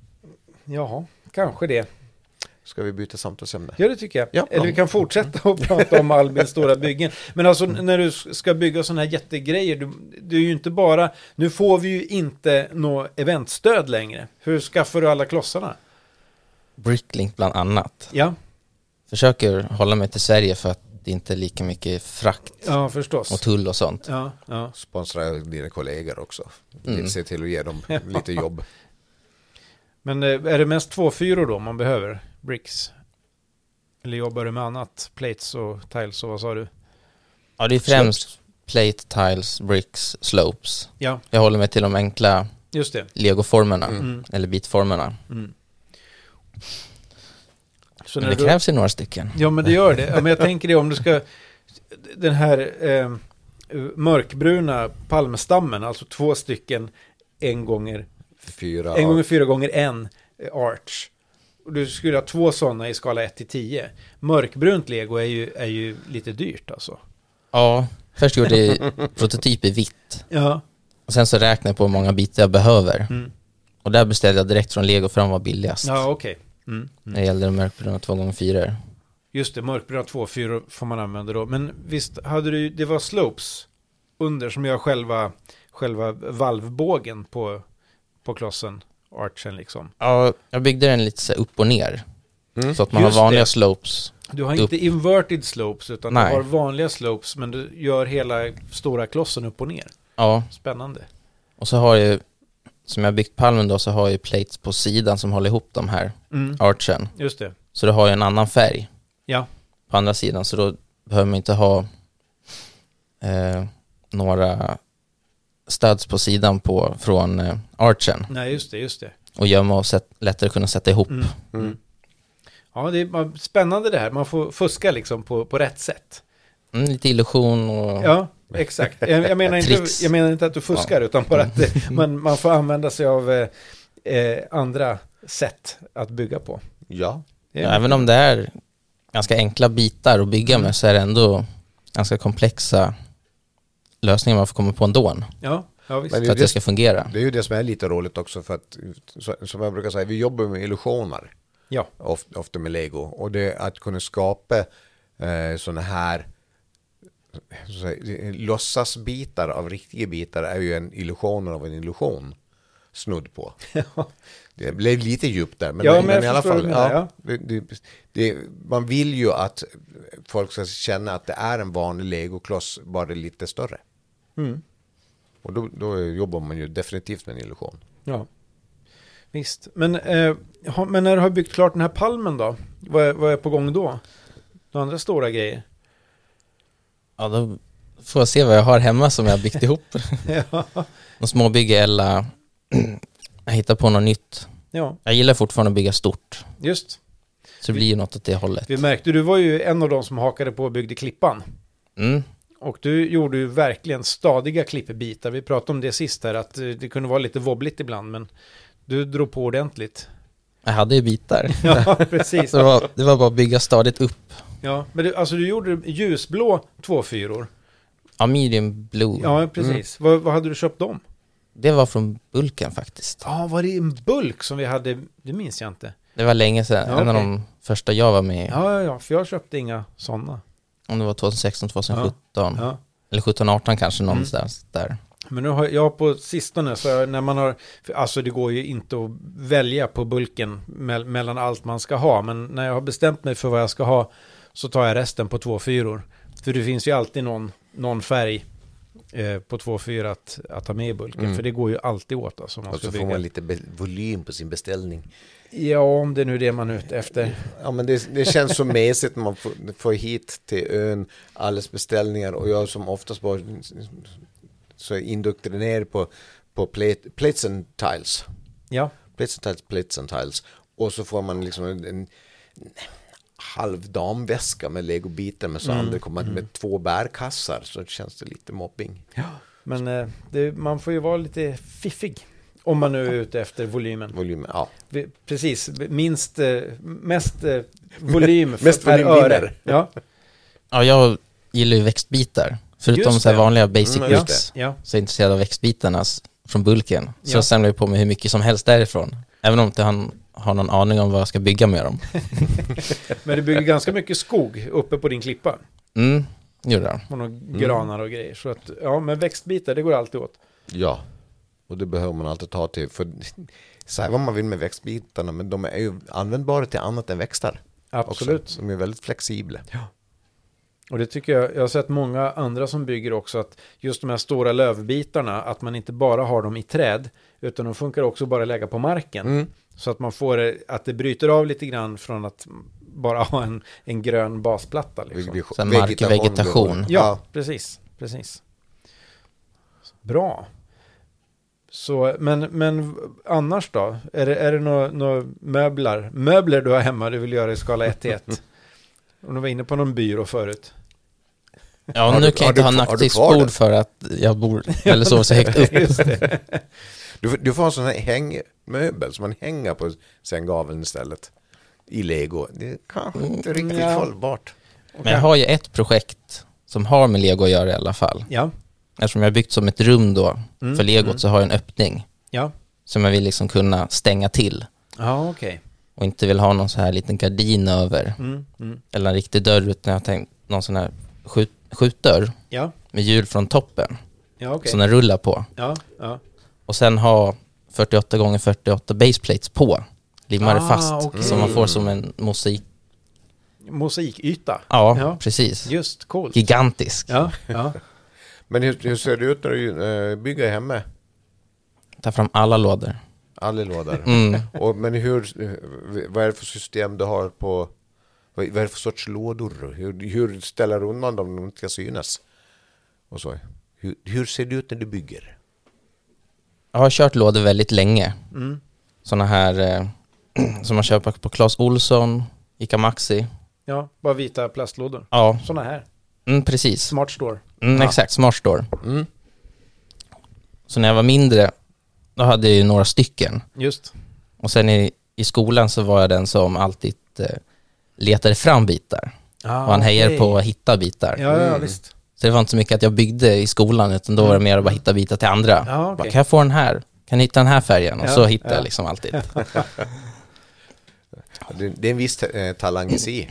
jaha, kanske det. Ska vi byta samtalsämne? Ja, det tycker jag. Ja, Eller ja. vi kan fortsätta att prata om Albins stora byggen. Men alltså när du ska bygga sådana här jättegrejer, du, det är ju inte bara... Nu får vi ju inte något eventstöd längre. Hur skaffar du alla klossarna? Bricklink bland annat. Ja, Försöker hålla mig till Sverige för att det inte är lika mycket frakt ja förstås. och tull och sånt. Ja, ja. Sponsra dina kollegor också. Mm. Se till att ge dem lite jobb. Men eh, är det mest två fyror då man behöver? Bricks? Eller jobbar du med annat? Plates och tiles och vad sa du? Ja, det är främst plate, tiles, bricks, slopes. Ja, Jag håller mig till de enkla just det. legoformerna, Mm. eller bitformerna. Mm. Så Men när det du... krävs ju några stycken. Ja, men det gör det. Ja, men jag tänker det om du ska... Den här eh, mörkbruna palmstammen, alltså två stycken en gånger, Fyra. en gånger fyra gånger en eh, arch. Och du skulle ha två sådana i skala ett till tio. Mörkbrunt lego är ju, är ju lite dyrt alltså. Ja, först gjorde jag prototyp i vitt. Ja. Och sen så räknade jag på hur många bitar jag behöver. Mm. Och där beställde jag direkt från Lego för de var billigast. Ja, okej. Mm. När det gällde de mörkbruna två gånger fyra. Just det, mörkbruna två fyra får man använda då. Men visst hade du, det var slopes under som gör själva, själva valvbågen på, på klossen, archen liksom. Ja, jag byggde den lite så här upp och ner. Mm. Så att man Just har vanliga det. slopes. Du har Upp. inte inverted slopes utan Nej. du har vanliga slopes men du gör hela stora klossen upp och ner. Ja, Spännande. och så har jag, som jag byggt palmen då, så har jag plates på sidan som håller ihop de här Mm. archen. Just det. Så det har ju en annan färg Ja. på andra sidan. Så då behöver man inte ha eh, några studs på sidan på, från eh, archen. Nej, just det, just det. Och gömma och sätt, lättare kunna sätta ihop. Mm. Mm. Ja, det är man- spännande det här. Man får fuska liksom på, på rätt sätt. Mm, lite illusion och... Ja, exakt. Jag, jag, menar, inte, Tricks. jag menar inte att du fuskar utan bara att det, man, man får använda sig av eh, eh, andra sätt att bygga på. Ja. Det är Ja, även om det är ganska enkla bitar att bygga Mm. med så är det ändå ganska komplexa lösningar man får komma på ändå Ja, ja visst. Men för att det, det ska fungera. det är ju det som är lite roligt också för att, så- som jag brukar säga, vi jobbar med illusioner. Ja, Ofta, ofta med Lego. Och det att kunna skapa eh, sådana här så att säga, låtsasbitar av riktiga bitar är ju en illusion av en illusion. snudd på. Det blev lite djupt där, men, Ja, men, men men i alla fall, menar, ja, ja. det, det, det, man vill ju att folk ska känna att det är en vanlig legokloss, bara lite större. Mm. Och då, då jobbar man ju definitivt med en illusion. Ja, visst. Men, eh, ha, men när du har byggt klart den här palmen då? Vad är, vad är på gång då? Några andra stora grejer? Ja, då får jag se vad jag har hemma som jag har byggt ihop. Ja. Någon småbygge eller jag hittar på något nytt. Ja, Jag gillar fortfarande att bygga stort. just. Så det blir ju något åt det hållet. Vi märkte, du var ju en av de som hakade på och byggde klippan. Mm. Och du gjorde ju verkligen stadiga klippbitar. Vi pratade om det sist här, att eh, det kunde vara lite wobbligt ibland, men du drog på ordentligt. Jag hade ju bitar. Ja, precis. Så det var, det var bara att bygga stadigt upp. Ja, men du, alltså du gjorde ljusblå två fyror. Ja, medium blue. Ja, precis. Vad, vad hade du köpt dem? Det var från Bulken faktiskt. Ja, var det en bulk som vi hade? Det minns jag inte. Det var länge sedan. Ja, en av okej. de första jag var med i. Ja, ja, ja, för jag köpte inga sådana. Om det var tjugohundrasexton tjugosjutton. Ja. Eller sjutton arton kanske Mm. någonstans där. Men nu har jag på sistone, så jag, när man har, för alltså det går ju inte att välja på bulken me- mellan allt man ska ha, men när jag har bestämt mig för vad jag ska ha så tar jag resten på två fyror. För det finns ju alltid någon, någon färg eh, på två fyra att, att ta med i bulken, Mm. för det går ju alltid åt. Alltså, om man Och ska så får bygga. man lite be- volym på sin beställning. Ja, om det nu är det man är ute efter. Ja, men det, det känns så mesigt när man får, får hit till ön alles beställningar, och jag som oftast bara så indoktrinerad på, på plate, plates and tiles. Ja, Plates and tiles, plates and tiles. Och så får man liksom en, en halv damväska med legobitar, med så Mm, andra kommer man med två bärkassar, så känns det lite mobbing. men eh, det, man får ju vara lite fiffig om man nu är ute efter volymen. Volym, ja. Vi- Precis, minst, eh, mest eh, volym för Mest per volym öre. vinner. Ja, Ja, jag gillar ju växtbitar. Förutom Just så här det. vanliga basic Mm, ja, just bits. ja. Så är jag intresserad av växtbitarna s- från Bulken. Så Ja. jag samlar ju på mig hur mycket som helst därifrån. Även om inte han har någon aning om vad jag ska bygga med dem. Men du bygger ganska mycket skog uppe på din klippa. Mm, gjorde jag. Och några granar och grejer. Så att, ja, men växtbitar, det går alltid åt. Ja, och det behöver man alltid ta till. För säga vad man vill med växtbitarna, men de är ju användbara till annat än växter. Absolut. Också. De är väldigt flexibla. Och det tycker jag, jag har sett många andra som bygger också, att just de här stora lövbitarna, att man inte bara har dem i träd, utan de funkar också bara att lägga på marken. Mm. Så att man får det- att det bryter av lite grann från att bara ha en, en grön basplatta. Liksom. Vegetation- Så här markvegetation. Ja, precis, precis. Bra. Så, men, men annars då? Är det, är det några nå möbler, möbler du har hemma du vill göra i skala ett till ett? Om du var inne på någon byrå förut. Ja, Har nu du- kan har jag inte du- ha har du kvar nattduksbord den? för att jag bor eller sover så högt upp. Just det. Du, du får en sån här hängmöbel som man hänger på sänggaveln istället. I Lego. Det är kanske inte riktigt ja. hållbart. Men jag har ju ett projekt som har med Lego att göra i alla fall. Ja, Eftersom jag har byggt som ett rum då Mm, för Legot mm. så har jag en öppning ja. som jag vill liksom kunna stänga till. Ja, okej. Och inte vill ha någon så här liten gardin över. Mm, mm. Eller en riktig dörr, utan jag har tänkt någon sån här skjut, skjutdörr Ja, med hjul från toppen. ja okej. Som den rullar på. Ja, ja. Och sen ha fyrtioåtta gånger fyrtioåtta baseplates på. Limmar det Ah, fast. okej. Så man får som en mosaik. Mosaikyta. Ja, Ja. precis. Just, coolt. Gigantisk. Ja, ja. Men hur, hur ser det ut när du äh, bygger hemma? Ta fram alla lådor. Alla lådor. Mm. Och, men hur, vad är det för system du har på, vad vad är det för sorts lådor? Hur, hur ställer du undan dem om de inte ska synas? Och så. Hur, hur ser det ut när du bygger? Jag har kört lådor väldigt länge. Mm. Såna här eh, som man köper på Clas Ohlson, Ica Maxi. Ja, bara vita plastlådor. Ja, Såna här. mm, precis. Smart store. Mm, Ja. exakt, Smart Store. Mm. Så när jag var mindre, då hade jag ju några stycken. Just. Och sen i, i skolan så var jag den som alltid eh, letade fram bitar. Ah, och han hejade okej. på att hitta bitar. Ja, ja, Mm. visst. Så det var inte så mycket att jag byggde i skolan, utan då var det mer att bara hitta bitar till andra. Ja, okej. Bara, kan jag få den här? Kan jag hitta den här färgen? Och Ja, så hittade ja. jag liksom alltid. Det, det är en viss eh, talang i sig.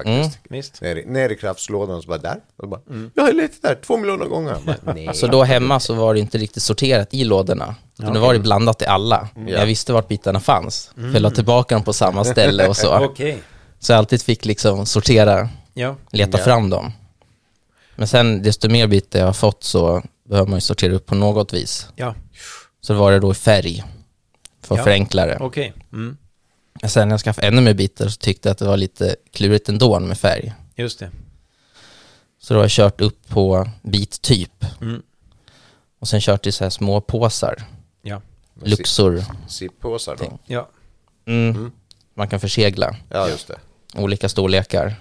faktiskt. Mm, visst. Ner, i- ner i kraftslådan och så bara där. Och bara, mm. Jag har letat där två miljoner gånger. Bara, nej. Så då hemma så var det inte riktigt sorterat i lådorna. Utan det var det blandat i alla. Ja. Jag visste vart bitarna fanns. För jag la tillbaka dem på samma ställe och så. Okej. Så jag alltid fick liksom sortera, Ja. leta Ja. fram dem. Men sen desto mer bitar jag har fått så behöver man ju sortera upp på något vis. Ja. Så var det då i färg. För att Ja. förenkla det. Okej. Mm. Sen när jag skaffade ännu mer bitar så tyckte jag att det var lite klurigt ändå med färg. Just det. Så då har jag kört upp på bittyp. Mm. Och sen kört i så här små påsar. Ja. Luxor. Sippåsar då. Ting. Ja. Mm. Mm. Man kan försegla. Ja, just det. Olika storlekar.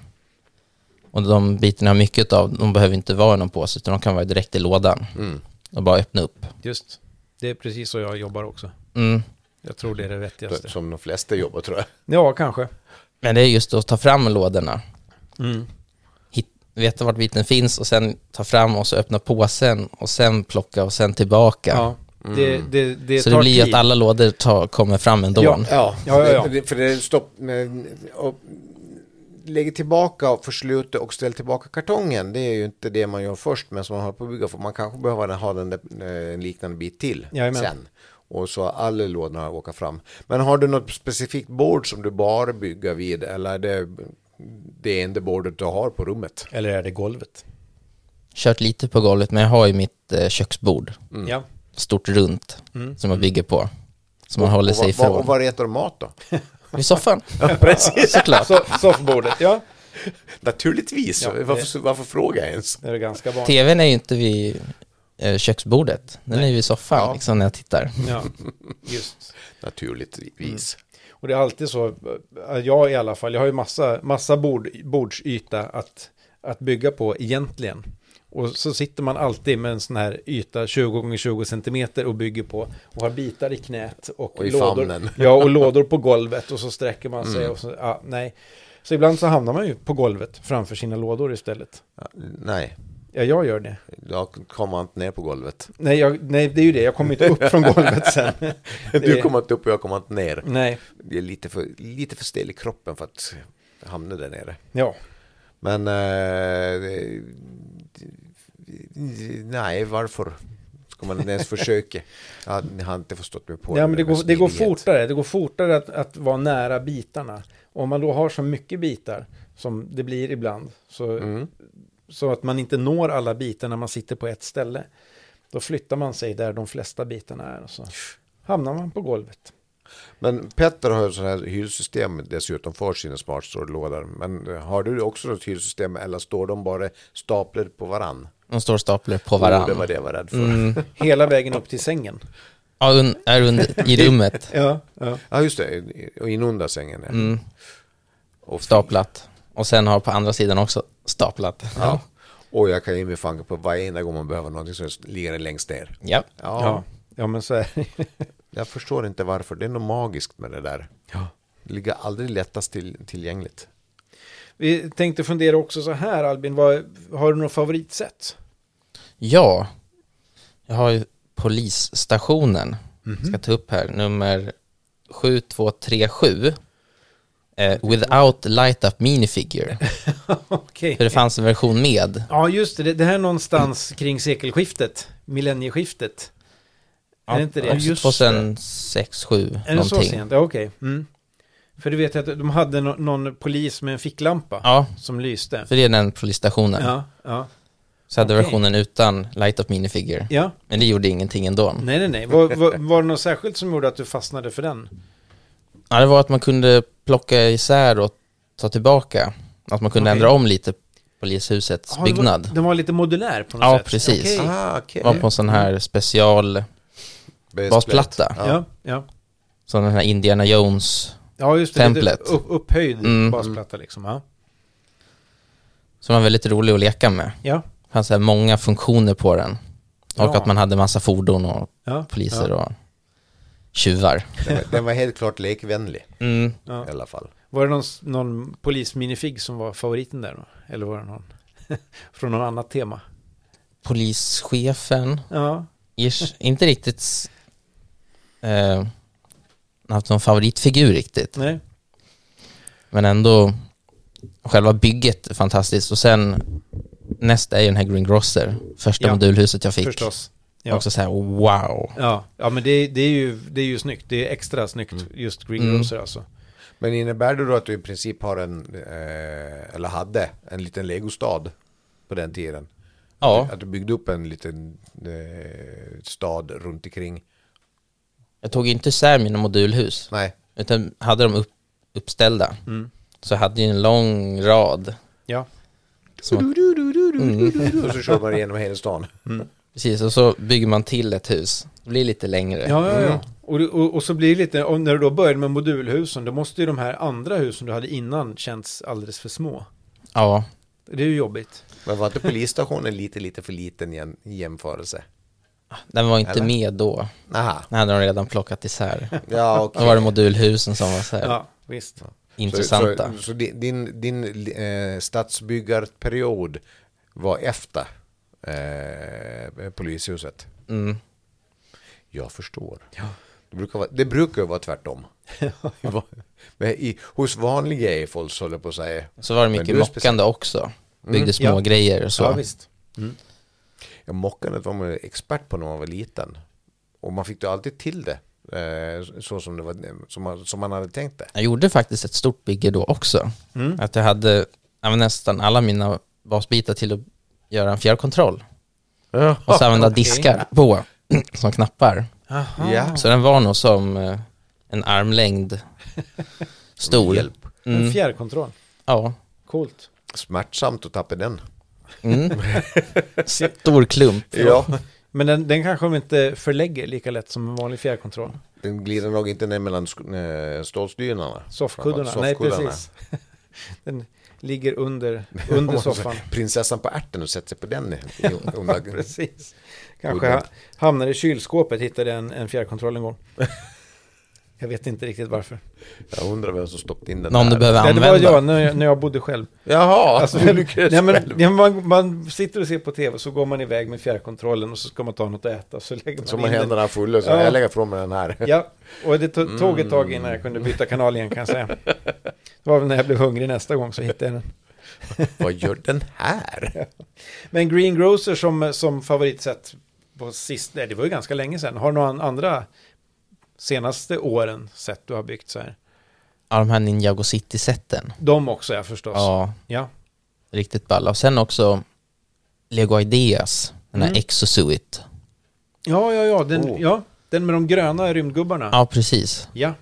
Och de bitarna har mycket av, de behöver inte vara i någon påse utan de kan vara direkt i lådan. Mm. Och bara öppna upp. Just. Det är precis så jag jobbar också. Mm. Jag tror det är det vettigaste. Som de flesta jobbar tror jag. Ja, kanske. Men det är just att ta fram lådorna. Mm. Hit, veta vart biten finns och sen ta fram och så öppna påsen och sen plocka och sen tillbaka. Ja. Det, det, det Så tar det blir ju tid. att alla lådor tar, kommer fram ändå. Ja. Ja, Ja, ja, ja. Det, för det är stopp med, och lägger tillbaka och försluta och ställ tillbaka kartongen. Det är ju inte det man gör först, men som man har på att bygga, för man kanske behöver ha den där, eh, en liknande bit till Jajamän. sen. Och så alla lådorna åker fram. Men har du något specifikt bord som du bara bygger vid, eller är det det enda bordet du har på rummet? Eller är det golvet? Kört lite på golvet men jag har ju mitt eh, köksbord. Ja. Stort runt Mm. som man bygger på. Som man håller och, sig och, vad- ifrån. och var äter du mat då? I soffan. Precis. Såklart. Så, soffbordet, ja. Naturligtvis. Ja, det- varför, varför fråga ens? Det är ganska vanligt. Tvn är ju inte vid eh, köksbordet. Den är ju vid soffan Ja. liksom, när jag tittar. Ja, just. Naturligtvis. Och det är alltid så, äh, jag i alla fall, jag har ju massa, massa bord, bordsyta att, att bygga på egentligen. Och så sitter man alltid med en sån här yta tjugo gånger tjugo centimeter och bygger på och har bitar i knät och, Och i lådor, famnen. ja, och lådor på golvet och så sträcker man sig Mm. och så, ja, nej. Så ibland så hamnar man ju på golvet framför sina lådor istället. Ja, nej, Ja, jag gör det. jag kommer inte ner på golvet. Nej, jag, nej, det är ju det. Jag kommer inte upp från golvet sen. Du Det- kommer inte upp och jag kommer inte ner. Nej, Det är lite för, lite för stel i kroppen för att hamna där nere. ja. Men eh, det- nej, varför ska man ens försöka? Jag har inte förstått mig på Ja, men det med går, det går smidighet. fortare. Det går fortare att, att vara nära bitarna. Om man då har så mycket bitar som det blir ibland, så, Mm. så att man inte når alla bitar när man sitter på ett ställe, då flyttar man sig där de flesta bitarna är och så hamnar man på golvet. Men Petter har ju så här hylsystem dessutom för sina smartstore-lådor. Men har du också något hylsystem eller står de bara staplade på varann? De står staplar på Oh, det varann. var det jag var rädd för. Mm. Hela vägen upp till sängen. Ja, un, är under, i rummet. Ja, ja. Ja, just det. Och inunder sängen. Ja. Mm. Och Staplat. Och sen har på andra sidan också staplat. Ja. Och jag kan ge mig fanka på varje gång man behöver någonting så ligger det längst ner. Ja. Ja, Ja, ja, men så är det. jag förstår inte varför. Det är något magiskt med det där. Ja. Det ligger aldrig lättast till, tillgängligt. Vi tänkte fundera också så här, Albin. Vad, har du något favoritsätt? Ja. Jag har ju polisstationen. Mhm. Ska ta upp här. Nummer sju två tre sju. Eh, without light up minifigure. Okej. För det fanns en version med. Ja, just det. Det här är någonstans kring sekelskiftet. Millennieskiftet. Är det inte det? Också tjugohundrasex, sju Är det så någonting. sent? Ja, okej. Mm. För du vet att de hade no- någon polis med en ficklampa Ja, som lyste. för det är den polisstationen. Ja, ja. Så hade okej. versionen utan light up minifigure. Ja, Men det gjorde ingenting ändå. nej, nej, nej. Var, var, var det något särskilt som gjorde att du fastnade för den? Ja, det var att man kunde plocka isär och ta tillbaka. Att man kunde Okej. ändra om lite polishusets Ja, det var- byggnad. Den var lite modulär på något Ja, sätt. precis. Okej. Ah, okej. Var på en sån här special basplatta. Ja. Ja, ja. Som den här Indiana Jones. Ja, just det. Templet. Lite upp, upphöjd Mm. basplatta liksom. Ja. Som var väldigt rolig att leka med. Ja. Det fanns så här många funktioner på den. Och Ja. att man hade massa fordon och Ja. poliser Ja. och tjuvar. Den, var, den var helt klart lekvänlig Mm. Ja. i alla fall. Var det någon, någon polisminifig som var favoriten där då? Eller var det någon från någon annat tema? Polischefen. Ja. Ish, inte riktigt eh, haft någon favoritfigur riktigt. Nej. Men ändå själva bygget är fantastiskt. Och sen nästa är ju den här Greengrosser. Första Ja, modulhuset jag fick. Förstås. Ja. Också så här, wow. Ja, ja men det, det, är ju, det är ju snyggt. Det är extra snyggt Mm. just Greengrosser alltså. Men innebär det då att du i princip har en, eh, eller hade, en liten legostad på den tiden? Ja, Att du byggde upp en liten eh, stad runt omkring? jag tog inte isär mina modulhus. Nej. Utan hade dem upp, uppställda. Mm. Så hade jag en lång rad. Ja. Som, mm, Och så kör man igenom hela stan. precis, och så bygger man till ett hus. Det blir lite längre. Ja, ja, ja. Mm. Och, och, och så blir det lite, och när du då började med modulhusen, då måste ju de här andra husen du hade innan känts alldeles för små. Ja, Det är ju jobbigt. Men var inte polisstationen lite, lite för liten i en i jämförelse? den var inte Eller? med då. Aha. Den hade de redan plockat isär. Ja, okej. Då var det modulhusen som var så här Ja, visst. intressanta. Så, så, så din, din, din eh, stadsbyggarperiod var efter eh, polishuset? Mm. Jag förstår. Ja. Det brukar vara, det brukar vara tvärtom. Men i, hos vanliga Eiffels håller på att säga. Så var det Men mycket du är speciell. mockande också. Byggde Mm, små ja. grejer och så. Ja, visst. Ja, mockandet var man expert på när man var liten. Och man fick ju alltid till det. Eh, så som, det var, som, man, som man hade tänkt det. Jag gjorde faktiskt ett stort bygge då också. Mm. Att jag hade ja, nästan alla mina basbitar till att göra en fjärrkontroll. Och så använda okej. diskar på som knappar. Aha. Ja. Så den var nog som eh, en armlängd stor. Hjälp. En Mm. fjärrkontroll. Ja. Coolt. Smärtsamt att tappa den. Mm. Stor klump. Ja. Men den, den kanske de inte förlägger lika lätt som en vanlig fjärrkontroll. Den glider nog inte ner mellan sk- eh, stålstyrarna. Soffkuddarna. Nej, Soffkuddarna. precis. Den ligger under, under soffan. Prinsessan på ärten och sätter sig på den. i- i- under- Precis. Kanske ha- hamnar i kylskåpet, hittade en, en fjärrkontroll en gång. Jag vet inte riktigt varför. Jag undrar vem som stoppat in den Någon där. du behöver Nej, det var använda. jag när, jag när jag bodde själv. Jaha, Alltså, du lyckades nej, men, själv. ja, man, man sitter och ser på tv, så går man iväg med fjärrkontrollen och så ska man ta något att äta. Så lägger man Som in har den. händerna fulla så Ja. jag lägger från mig den här. Ja, och det to- tog ett tag innan jag kunde byta kanal igen, kan jag säga. Det var väl när jag blev hungrig nästa gång så hittade jag den. Vad gör den här? Men Greengrocer som, som favoritsätt på sist, nej, det var ju ganska länge sedan. Har du några andra senaste åren sett du har byggt så här? Ja, de här Ninjago City-sätten. De också, ja, förstås. Ja, Ja. riktigt balla. Och sen också Lego Ideas. Den här Mm. Exosuit. Ja, ja, ja, den, Oh. ja. Den med de gröna rymdgubbarna. Ja, precis. Ja.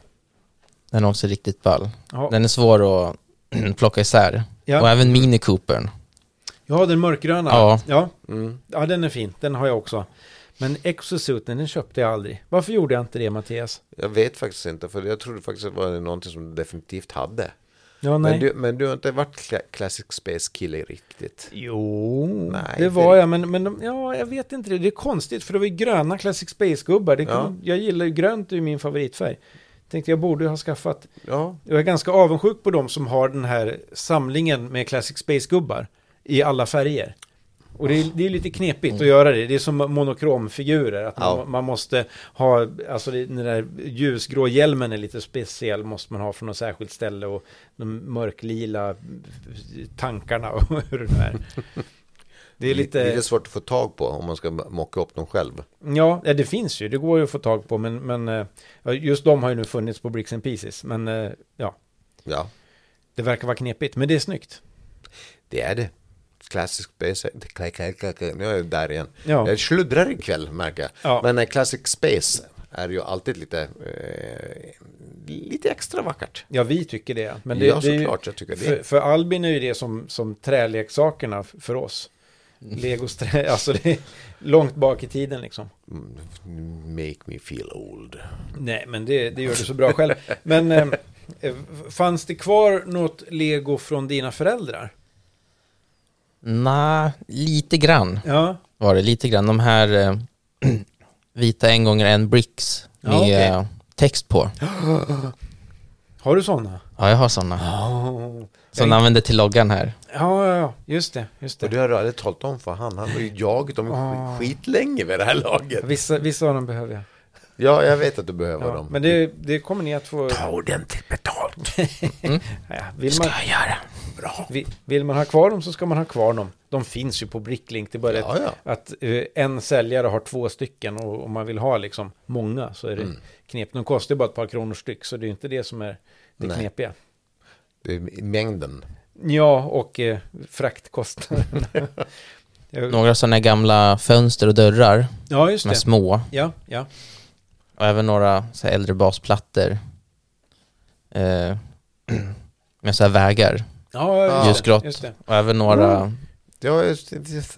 Den är också riktigt ball. Ja, Den är svår att plocka isär. ja. Och även Mini Coopern. ja, den mörkgröna. Ja. Ja. Mm. Ja, den är fin. Den har jag också. Men Exosuiten, den köpte jag aldrig. Varför gjorde jag inte det, Mattias? Jag vet faktiskt inte, för jag trodde faktiskt att det var någonting som du definitivt hade. Ja, nej. Men du, men du har inte varit kla- Classic Space-kille riktigt. Jo, Nej, det det- var jag, men, men de, ja, jag vet inte det. Det är konstigt, för det var ju gröna Classic Space-gubbar. Det kan, Jag gillar ju grönt, det är min favoritfärg. Tänkte jag borde ha skaffat. Ja, Jag är ganska avundsjuk på dem som har den här samlingen med Classic Space-gubbar i alla färger. Och det är, det är lite knepigt Mm. att göra det. Det är som monokromfigurer. Att Ja. man, man måste ha, alltså det- den där ljusgrå hjälmen är lite speciell. Måste man ha från något särskilt ställe. Och de mörklila tankarna och hur det nu är. Det är lite... lite svårt att få tag på om man ska mocka upp dem själv. Ja, ja, det finns ju. Det går ju att få tag på. Men, men eh, ja, just de har ju nu funnits på Bricks and Pieces. Men eh, ja, Ja, det verkar vara knepigt. Men det är snyggt. det är det. Classic Space, nu är jag där igen. Ja. Jag sluddrar ikväll, märker jag. Ja. Men eh, Classic Space är ju alltid lite eh, lite extra vackert. Ja, vi tycker det. Men det, Ja, det är ju, såklart, jag tycker det. För, för Albin är ju det som, som träleksakerna f- för oss. Legos trä, alltså det är långt bak i tiden liksom. Mm, make me feel old. Nej, men det, det gör du så bra själv. Men eh, eh, fanns det kvar något Lego från dina föräldrar? Nej, lite grann Ja, var det. Lite grann. De här eh, vita en gånger en bricks med Ja, okej. eh, text på. har du sådana? Ja, jag har sådana. Oh. Som använder till loggan här. Ja, ja, ja, just det, just Och det. det har du aldrig talat om för han. Han har ju jagat dem Ah. skitlänge vid det här laget. Vissa, vissa av dem behöver jag. Ja, jag vet att du behöver Ja, dem. men det, det kommer ni att få... Ta ordentligt betalt. Ja, vill Ska man, jag göra? bra. Vill, vill man ha kvar dem så ska man ha kvar dem. De finns ju på Bricklink. Det är bara Ja, ett, ja. att uh, en säljare har två stycken och om man vill ha liksom många så är det Mm. knep. De kostar bara ett par kronor styck så det är inte det som är det Nej. knepiga. Det är mängden. Ja, och eh, fraktkostnaderna. Jag- Några sådana gamla fönster och dörrar ja, just som är det. små. Ja, ja. Och även några så här äldre basplattor. Eh, med så här vägar. Ja, ja, just, Ljusgrått. det, just det. Och även några... Ja, just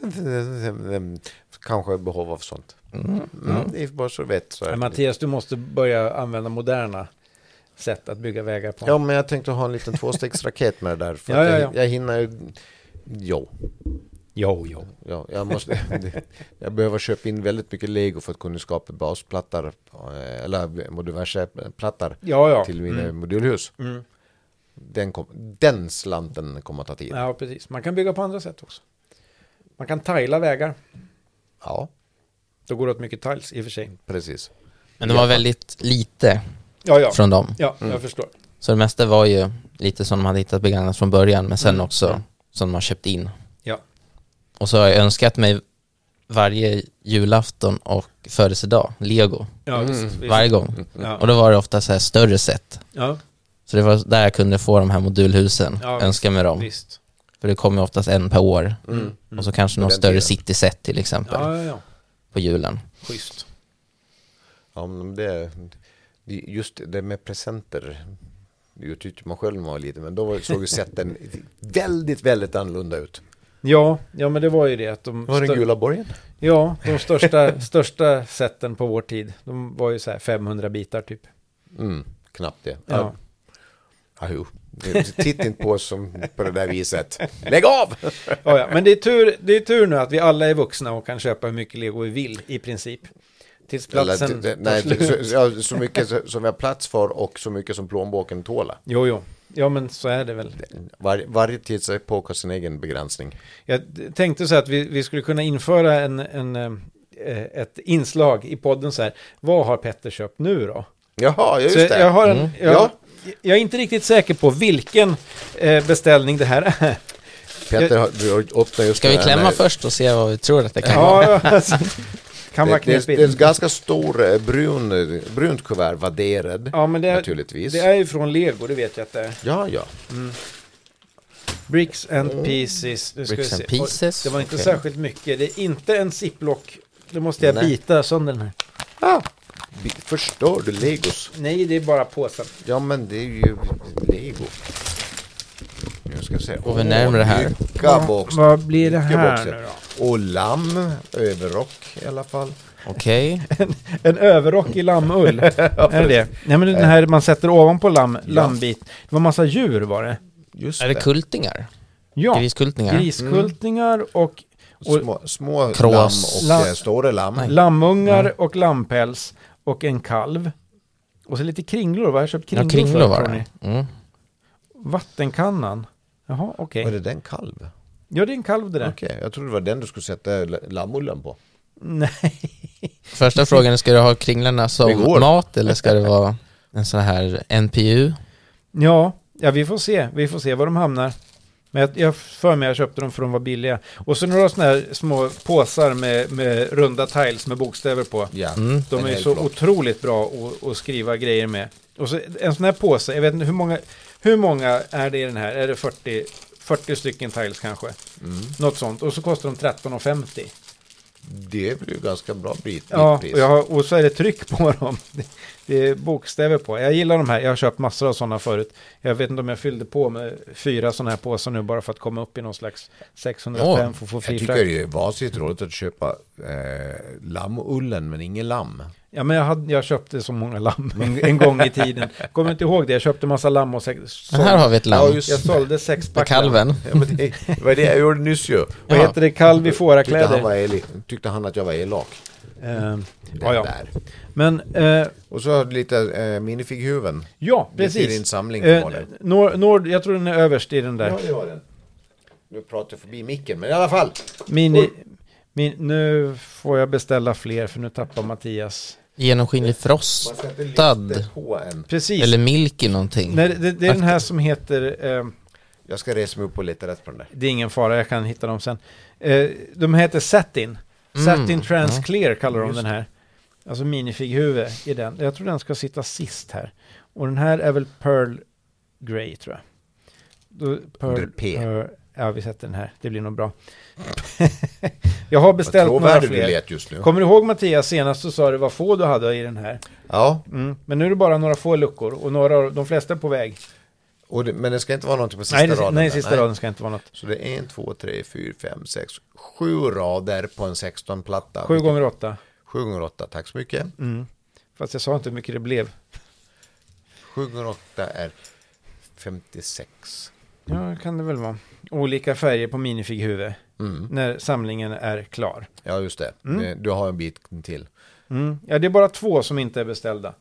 det. Kanske behov av sånt. Mm. Mm. Det är bara så vet. Så Ja, här. Mattias, du måste börja använda moderna sätt att bygga vägar på. Ja, men jag tänkte ha en liten tvåstegsraket med det där. För Ja, att ja, jag, ja. jag hinner ju... Jo. Jo, jo. Ja, jag, måste, jag behöver köpa in väldigt mycket Lego för att kunna skapa basplattor eh, eller diverse plattor Ja, ja. till mina Mm. modulhus. Mm. Den, kom, den slanten kommer att ta tid. Ja, precis. Man kan bygga på andra sätt också. Man kan tajla vägar. Ja, Då går det åt mycket tiles i och för sig. precis. Men det var väldigt lite Ja, ja. från dem. Ja, Mm. jag förstår. Så det mesta var ju lite som de hade hittat begagnat från början. Men sen Mm. också Mm. som de har köpt in. Ja. Och så har jag önskat mig varje julafton och födelsedag, Lego. Ja, Mm. visst, visst. Varje gång. Ja. Och då var det ofta så här större set. Ja, Så det var där jag kunde få de här modulhusen. Ja, önska mig dem. visst. För det kommer ju oftast en per år. Mm. Och så kanske På någon den större tiden. city-set till exempel. Ja, ja, ja. På julen. Schysst. Ja, men det, det, just det med presenter, det tyckte man själv när man var liten, men då var- såg ju sätten väldigt, väldigt annorlunda ut. Ja, ja, men det var ju det att de... Var den stö- gula borgen? Ja, de största, största sätten på vår tid, de var ju så här femhundra bitar typ. Mm, knappt det. Ja. Ja, jo. Titta inte på oss som på det där viset. Lägg av! Ja, ja. Men det är, tur, det är tur nu att vi alla är vuxna och kan köpa hur mycket Lego vi vill i princip. Tills platsen Eller, det- tar nej, slut. så, ja, så mycket så- som vi har plats för och så mycket som plånboken tåla. Jo, jo. Ja, men så är det väl. Var, varje tidsepok har sin egen begränsning. Jag tänkte så att vi, vi skulle kunna införa en, en, eh, ett inslag i podden så här. Vad har Petter köpt nu då? Jaha, just Så det. jag, har en, Mm. jag, Ja. jag är inte riktigt säker på vilken eh, beställning det här är. Peter, har- du har öppnat just Ska vi det här klämma med- först och se vad vi tror att det kan vara? Ja, alltså, kan vara Det, det, är- knepigt. det är en ganska stor eh, brun, brunt kuvert, vadderad, Ja, men det är, naturligtvis. det är ju från Lego, det vet jag att det är. Ja, ja. Bricks and pieces. Nu ska Bricks vi and se. pieces, Oj, det var inte okej. särskilt mycket. Det är inte en ziplock. Då måste jag Nej. bita sönder den här. Ah, bi- förstör du Legos? Nej, det är bara påsen. Ja, men det är ju Lego. Nu ska jag se. Går vi närmare här? Mycket box. Vad blir det Mycket här boxar. nu då? Och lamm, överrock i alla fall. Okej. En överrock i lammull. Är det det? Nej, men den här man sätter ovanpå lamm, lammbit. Det var massa djur var det. Just Är det kultingar? Ja, Griskultingar? griskultingar och, och Små, små Krås. lamm och La- eh, stora lamm. Nej. lammungar och lammpäls och en kalv. Och så lite kringlor. Vad har jag köpt kringlor, Ja, kringlor för, var tror det. ni? Mm. Vattenkannan. Jaha, okej. Var det den kalv? Ja, det är en kalv det där. Okej, jag trodde det var den du skulle sätta l- lammullen på. Nej. Första frågan är, ska du ha kringlarna Det som går. mat eller ska det vara en sån här N P U? Ja, ja, vi får se. Vi får se var de hamnar. Men jag, jag för mig jag köpte dem för de var billiga. Och så några sådana här små påsar med, med runda tiles med bokstäver på. Ja, Mm. De en är hel så flock. otroligt bra att, att skriva grejer med. Och så en sån här påse, jag vet inte hur många, hur många är det i den här? Är det fyrtio, fyrtio stycken tiles kanske? Mm. Något sånt. Och så kostar de tretton femtio. Det blir ju ganska bra bit, Ja, bitpris. och, jag har, och så är det tryck på dem. Det, det är bokstäver på. Jag gillar de här. Jag har köpt massor av sådana förut. Jag vet inte om jag fyllde på med fyra sådana här påsar nu bara för att komma upp i någon slags sexhundra Åh, spänn för att få Jag fri tycker frakt. det är vansinnigt roligt att köpa eh, lammullen men ingen lamm. Ja, men jag, hade, jag köpte så många lamm en, en gång i tiden. Kommer inte ihåg det. Jag köpte massa lamm och sex, Men här har vi ett lamm. Ja, just- jag sålde sex Med pack. kalven. Ja, men det, det var det jag gjorde nyss ju. Vad Ja. heter det? Kalv i Tyckte han, fårakläder. var eli, tyckte han att jag var elak. Uh, Den ja, ja. där. Men eh, Och så lite eh, minifighuven. ja, Precis. I precis. din samling Eh, var det. Nord, Nord, jag tror den är överst i den där. Ja, det var den. Nu pratar jag förbi micken, men i alla fall. Mini, min, nu får jag beställa fler för nu tappar Mattias. Genomskinlig Man ska inte frostad. lyfta på en. Precis. Eller milky någonting. Nej, det, det är den här som heter... Eh, Jag ska resa mig upp och leta rätt på den där. Det är ingen fara, jag kan hitta dem sen. Eh, de heter Satin. Mm. Satin Transclear kallar de Just den här. Alltså minifig-huvud i den. Jag tror den ska sitta sist här. Och den här är väl Pearl Grey, tror jag. Då, Pearl, P. Pearl, ja, vi sätter den här. Det blir nog bra. Jag har beställt några Trovärdig du fler. lät just nu. Kommer du ihåg, Mattias, senast så sa du det var få du hade i den här? Ja, Mm. Men nu är det bara några få luckor och några, de flesta är på väg. och det, men det ska inte vara någonting på sista Nej, det, raden. nej där. sista raden ska inte vara något. Så det är en, två, tre, fyra, fem, sex, sju rader på en sexton-platta. Sju gånger åtta. Sju gånger åtta, tack så mycket. Mm. Fast jag sa inte hur mycket det blev. Sju gånger åtta är femtiosex. Ja, kan det väl vara. Olika färger på minifig-huvud. Mm. När samlingen är klar. Ja, just det. Mm. Det- Du har en bit till. Mm. Ja, det är bara två som inte är beställda.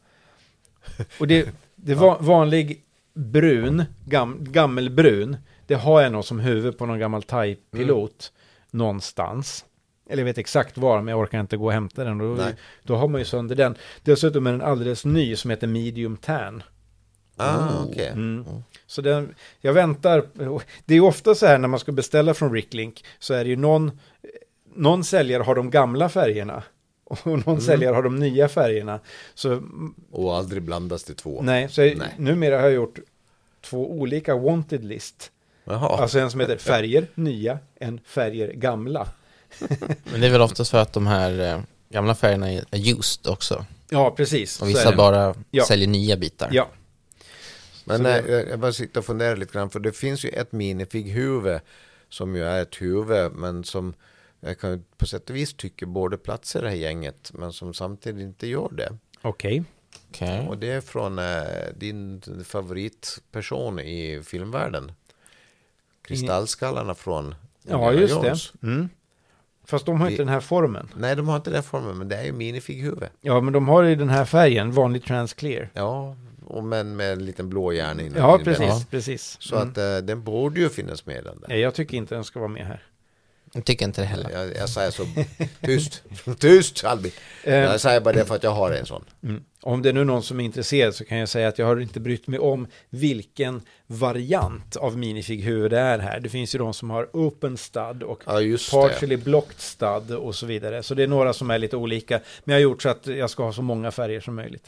Och det, det var vanlig brun, gam, gammelbrun. Det har jag nog som huvud på någon gammal thai-pilot någonstans. Eller jag vet exakt var, men jag orkar inte gå och hämta den. Då, Nej. då har man ju sönder den. Dessutom är den alldeles ny som heter Medium Tan. Ah, okej. Mm. Så den, jag väntar. Det är ju ofta så här när man ska beställa från Ricklink, så är det ju någon, någon säljare har de gamla färgerna och någon Mm. säljare har de nya färgerna. Så Och aldrig blandas till två. nej, så jag, Nej. numera har jag gjort två olika wanted list. Jaha. Alltså en som heter färger nya, en färger gamla. Men det är väl oftast för att de här eh, gamla färgerna är är used också. Ja, precis. Och så är vissa det. bara Ja. säljer nya bitar. Ja, Men Så nej, det- jag, jag bara sitter och funderar lite grann, för det finns ju ett minifig-huvud som ju är ett huvud, men som jag kan på sätt och vis tycka borde platsa i det här gänget, men som samtidigt inte gör det. okej. Okej. Och det är från eh, din favoritperson i filmvärlden. Kristallskallarna från Ja, Indiana just Jones. det. Mm. Fast de har Vi- inte den här formen. Nej, de har inte den formen, men det är ju minifig-huvud. Ja, men de har i den här färgen, vanlig transclear. Ja, och men med en liten blå hjärna in. Ja, in- precis, Ja. precis. Så Mm. att eh, den borde ju finnas med den där. Nej, jag tycker inte den ska vara med här. Jag tycker inte det heller. Jag, jag säger så tyst, tyst Albin. Eh, Jag säger bara det för att jag har en sån. mm. Om det är nu någon som är intresserad så kan jag säga att jag har inte brytt mig om vilken variant av minifig-huvud det är här. Det finns ju de som har open stud och Ja, just det. partially blocked stud och så vidare. Så det är några som är lite olika. Men jag har gjort så att jag ska ha så många färger som möjligt.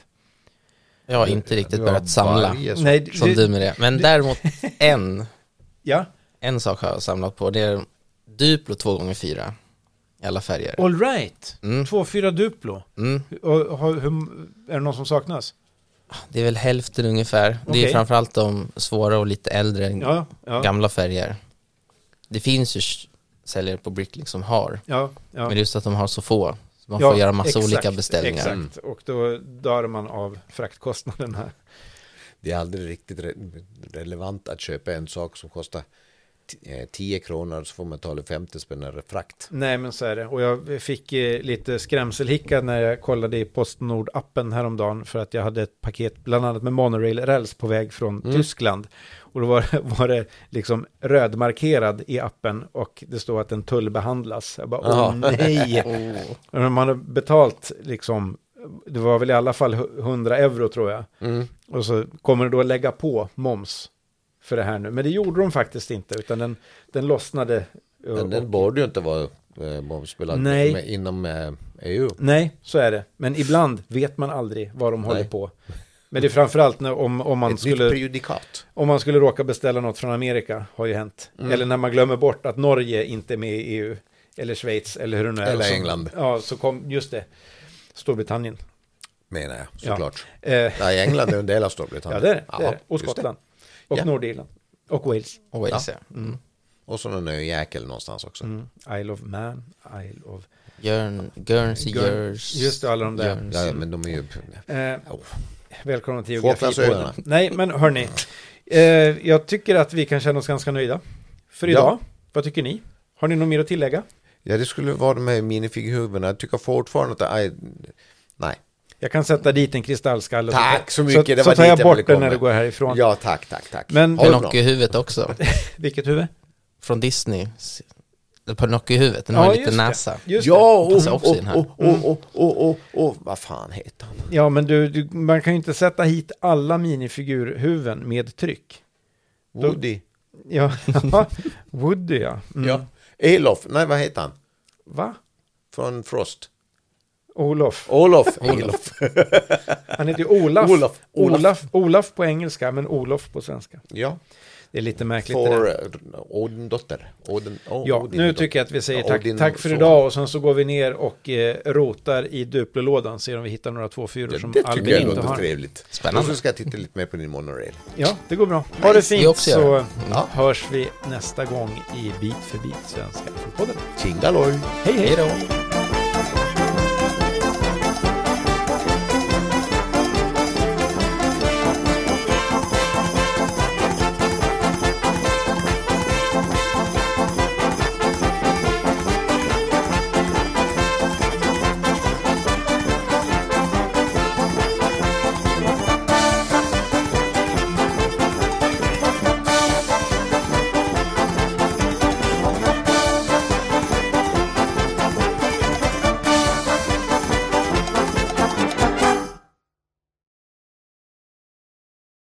Jag har inte riktigt Du har börjat samla varje sån. Nej, som det- du med det. Men däremot en, Ja, en sak har jag samlat på. Det är Duplo två gånger fyra i alla färger. all right. Mm. två fyra Duplo. Mm. Och, har- hur, är det någon som saknas? Det är väl hälften ungefär. Det Okej. är framförallt de svåra och lite äldre Ja, ja, gamla färger. Det finns ju sh- säljare på Bricklink som har. ja, ja. Men just att de har så få. Så man Ja, får göra massa exakt, olika beställningar. Exakt, och då dör man av fraktkostnaden här. Det är aldrig riktigt re- relevant att köpa en sak som kostar t- eh, tio kronor, så får man betala femtio spänn eller frakt. Nej, men så är det. Och jag fick eh, lite skrämselhicka när jag kollade i Postnord-appen häromdagen för att jag hade ett paket bland annat med monorail-räls på väg från Mm. Tyskland. Och då var, var det liksom rödmarkerad i appen och det står att den tullbehandlas. Jag bara, Jaha. åh nej! Och man har betalt liksom, det var väl i alla fall hundra euro tror jag. Mm. Och så kommer det då lägga på moms för det här nu. Men det gjorde de faktiskt inte, utan den, den lossnade. Men den borde ju inte vara eh, momsbelagd Nej. med, inom eh, E U. Nej, så är det. Men ibland vet man aldrig vad de håller Nej. på. Men det är framförallt när, om, om, man Ett nytt skulle, prejudikat. om man skulle råka beställa något från Amerika, har ju hänt. Mm. Eller när man glömmer bort att Norge inte är med i E U. Eller Schweiz, eller hur det nu är. Eller Och så, England. Ja, så kom, just det. Storbritannien. Menar jag, Ja. såklart. Eh, Nej, England är en del av ja, Storbritannien. det är det. det, är Ja, det. Och just det. Skottland. Och Ja. Nordirland. Och Wales. Och Wales, ja. Mm. Och så någon öjäkel någonstans också. Mm. Isle of Man, Isle of... Guern, Guernsey, Guern- Jersey. just det, alla de där. Guernsey. Ja, men de är ju... Eh, Oh. välkommen till Falklandsöarna. Geografipodden. Nej, men hörni. Eh, jag tycker att vi kan känna oss ganska nöjda för Ja. idag. Vad tycker ni? Har ni något mer att tillägga? Ja, det skulle vara de här minifigurerna. Jag tycker fortfarande att det är... Nej. Jag kan sätta dit en kristallskalle. och Tack så mycket, Så, det så var tar dit jag jag bort ville den komma. när du går härifrån. Ja, tack, tack, tack. Men- Har du något? Pinocchio-huvudet också. Vilket huvud? Från Disney. Pinocchio-huvudet. Den har Ja, ju lite just det. näsa. Just Ja, det. Passar och, också i och, den här. och, och, och, och, och, och, vad fan heter han? Ja, men du, du, man kan ju inte sätta hit alla minifigurhuvuden med tryck. Då- Woody. Ja, Woody ja. Mm. Ja. Elof, nej vad heter han? Va? Från Frost. Olof. Olof. Olof. Han heter ju Olaf. Olaf. Olaf. Olaf. Olaf på engelska, men Olof på svenska. Ja. Det är lite märkligt det För där. uh, Odin dotter. Odin, oh, Ja, Odin nu dotter. tycker jag att vi säger Ja, tack, Odin tack för son. idag och sen så går vi ner och eh, rotar i Duplo-lådan, ser om vi hittar några två fyror Ja, som det tycker Albin jag inte låter har. trevligt. Spännande. Och så ska jag titta lite mer på din monorail. Ja, det går bra. Ha det Vi fint också så gör det. Ja. hörs vi nästa gång i Bit för bit Svenska Podden. Tjingaloj! Hej hej! Hej då.